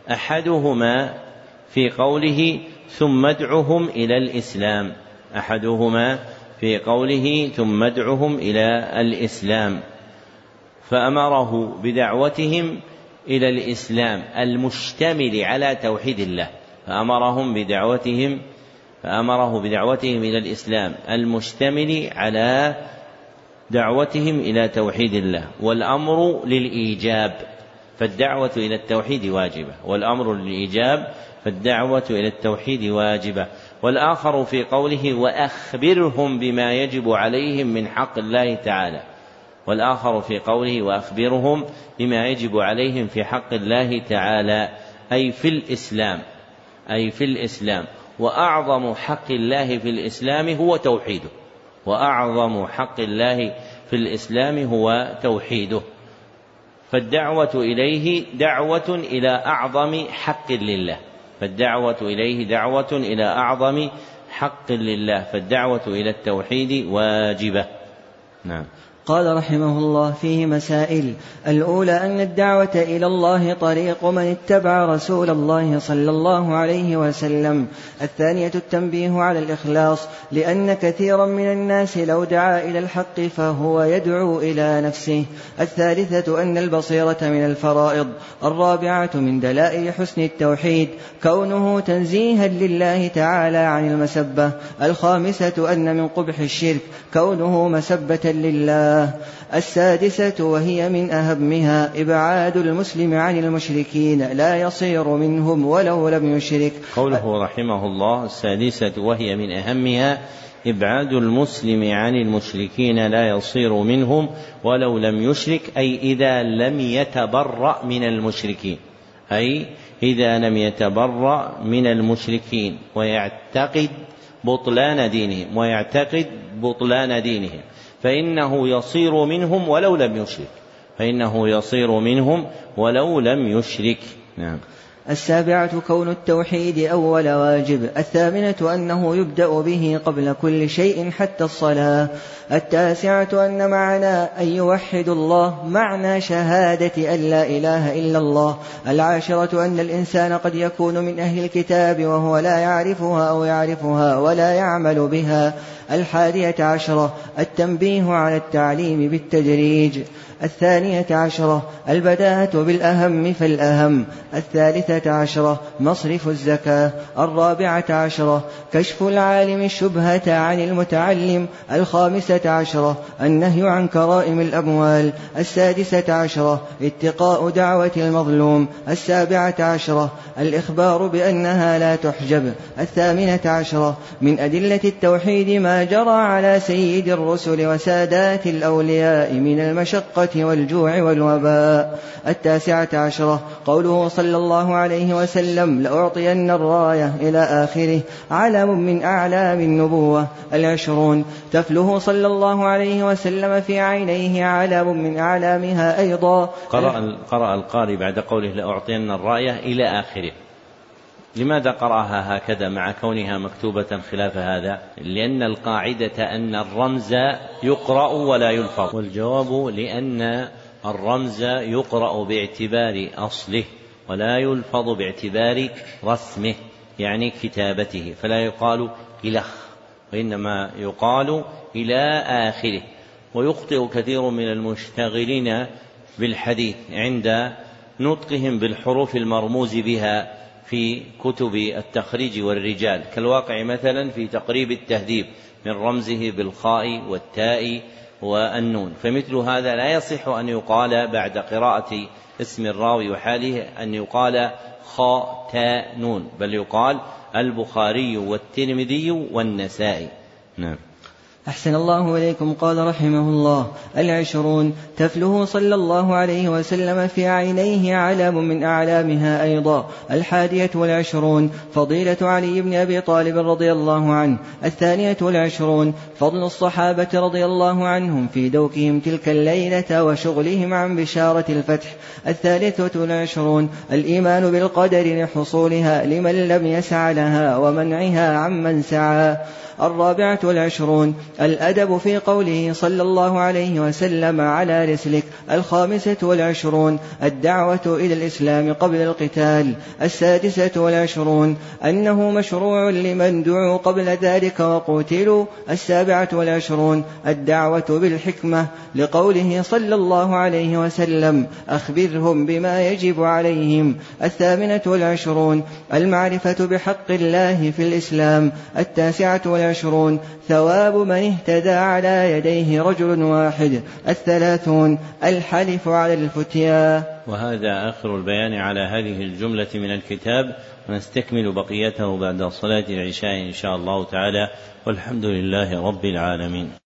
أحدهما في قوله ثم ادعهم إلى الإسلام، أحدهما في قوله ثم ادعهم إلى الإسلام، فأمره بدعوتهم إلى الإسلام المشتمل على توحيد الله، فأمره بدعوتهم إلى الإسلام المشتمل على دعوتهم إلى توحيد الله، والأمر للإيجاب، فالدعوة إلى التوحيد واجبة، والأمر للإيجاب فالدعوة إلى التوحيد واجبة. والآخر في قوله وأخبرهم بما يجب عليهم من حق الله تعالى، والآخر في قوله وأخبرهم بما يجب عليهم في حق الله تعالى، أي في الإسلام، وأعظم حق الله في الإسلام هو توحيده، وأعظم حق الله في الإسلام هو توحيده. فالدعوة إليه دعوة إلى أعظم حق لله، فالدعوة إليه دعوة إلى أعظم حق لله، فالدعوة إلى التوحيد واجبة. نعم.
قال رحمه الله: فيه مسائل. الأولى أن الدعوة إلى الله طريق من اتبع رسول الله صلى الله عليه وسلم. الثانية التنبيه على الإخلاص، لأن كثيرا من الناس لو دعا إلى الحق فهو يدعو إلى نفسه. الثالثة أن البصيرة من الفرائض. الرابعة من دلائل حسن التوحيد كونه تنزيها لله تعالى عن المسبة. الخامسة أن من قبح الشرك كونه مسبة لله. السادسة وهي من أهمها إبعاد المسلم عن المشركين لا يصير منهم ولو لم يشرك.
قوله رحمه الله السادسة وهي من أهمها إبعاد المسلم عن المشركين لا يصير منهم ولو لم يشرك، أي إذا لم يتبرأ من المشركين، أي إذا لم يتبرأ من المشركين ويعتقد بطلان دينهم فإنه يصير منهم ولو لم يشرك. نعم.
السابعة كون التوحيد أول واجب. الثامنة أنه يبدأ به قبل كل شيء حتى الصلاة. التاسعة أن معنى أن يوحد الله معنى شهادة أن لا إله إلا الله. العاشرة أن الإنسان قد يكون من أهل الكتاب وهو لا يعرفها أو يعرفها ولا يعمل بها. الحادية عشرة التنبيه على التعليم بالتدريج. 12 البداءة بالأهم فالأهم. 13 مصرف الزكاة. 14 كشف العالم الشبهة عن المتعلم. 15 النهي عن كرائم الأموال. 16 اتقاء دعوة المظلوم. 17 الإخبار بأنها لا تحجب. 18 من أدلة التوحيد ما جرى على سيد الرسل وسادات الأولياء من المشقة والجوع والوباء. 19 قوله صلى الله عليه وسلم لأعطين الراية إلى آخره علم من أعلام النبوة. 20 تفله صلى الله عليه وسلم في عينيه علم من أعلامها أيضا.
قرأ القارئ بعد قوله لأعطين الراية إلى آخره. لماذا قرأها هكذا مع كونها مكتوبة خلاف هذا؟ لأن القاعدة أن الرمز يقرأ ولا يلفظ، والجواب لأن الرمز يقرأ باعتبار أصله ولا يلفظ باعتبار رسمه، يعني كتابته، فلا يقال إلخ وإنما يقال إلى آخره. ويخطئ كثير من المشتغلين بالحديث عند نطقهم بالحروف المرموز بها في كتب التخريج والرجال، كالواقع مثلا في تقريب التهذيب من رمزه بالخاء والتاء والنون، فمثل هذا لا يصح أن يقال بعد قراءة اسم الراوي وحاله أن يقال خاء تاء نون، بل يقال البخاري والترمذي والنسائي. نعم.
أحسن الله إليكم. قال رحمه الله 20 تفله صلى الله عليه وسلم في عينيه علم من أعلامها أيضا. 21 فضيلة علي بن أبي طالب رضي الله عنه. 22 فضل الصحابة رضي الله عنهم في دوكهم تلك الليلة وشغلهم عن بشارة الفتح. 23 الإيمان بالقدر لحصولها لمن لم يسع لها ومنعها عمن سعى. 24 الأدب في قوله صلى الله عليه وسلم على رسلك. 25 الدعوة إلى الإسلام قبل القتال. 26 أنه مشروع لمن دعوا قبل ذلك وقتلوا. 27 الدعوة بالحكمة لقوله صلى الله عليه وسلم اخبرهم بما يجب عليهم. 28 المعرفة بحق الله في الإسلام. 29 ثواب من اهتدى على يديه رجل واحد. 30 الحلف على الفتيا.
وهذا آخر البيان على هذه الجملة من الكتاب، ونستكمل بقيته بعد صلاة العشاء إن شاء الله تعالى، والحمد لله رب العالمين.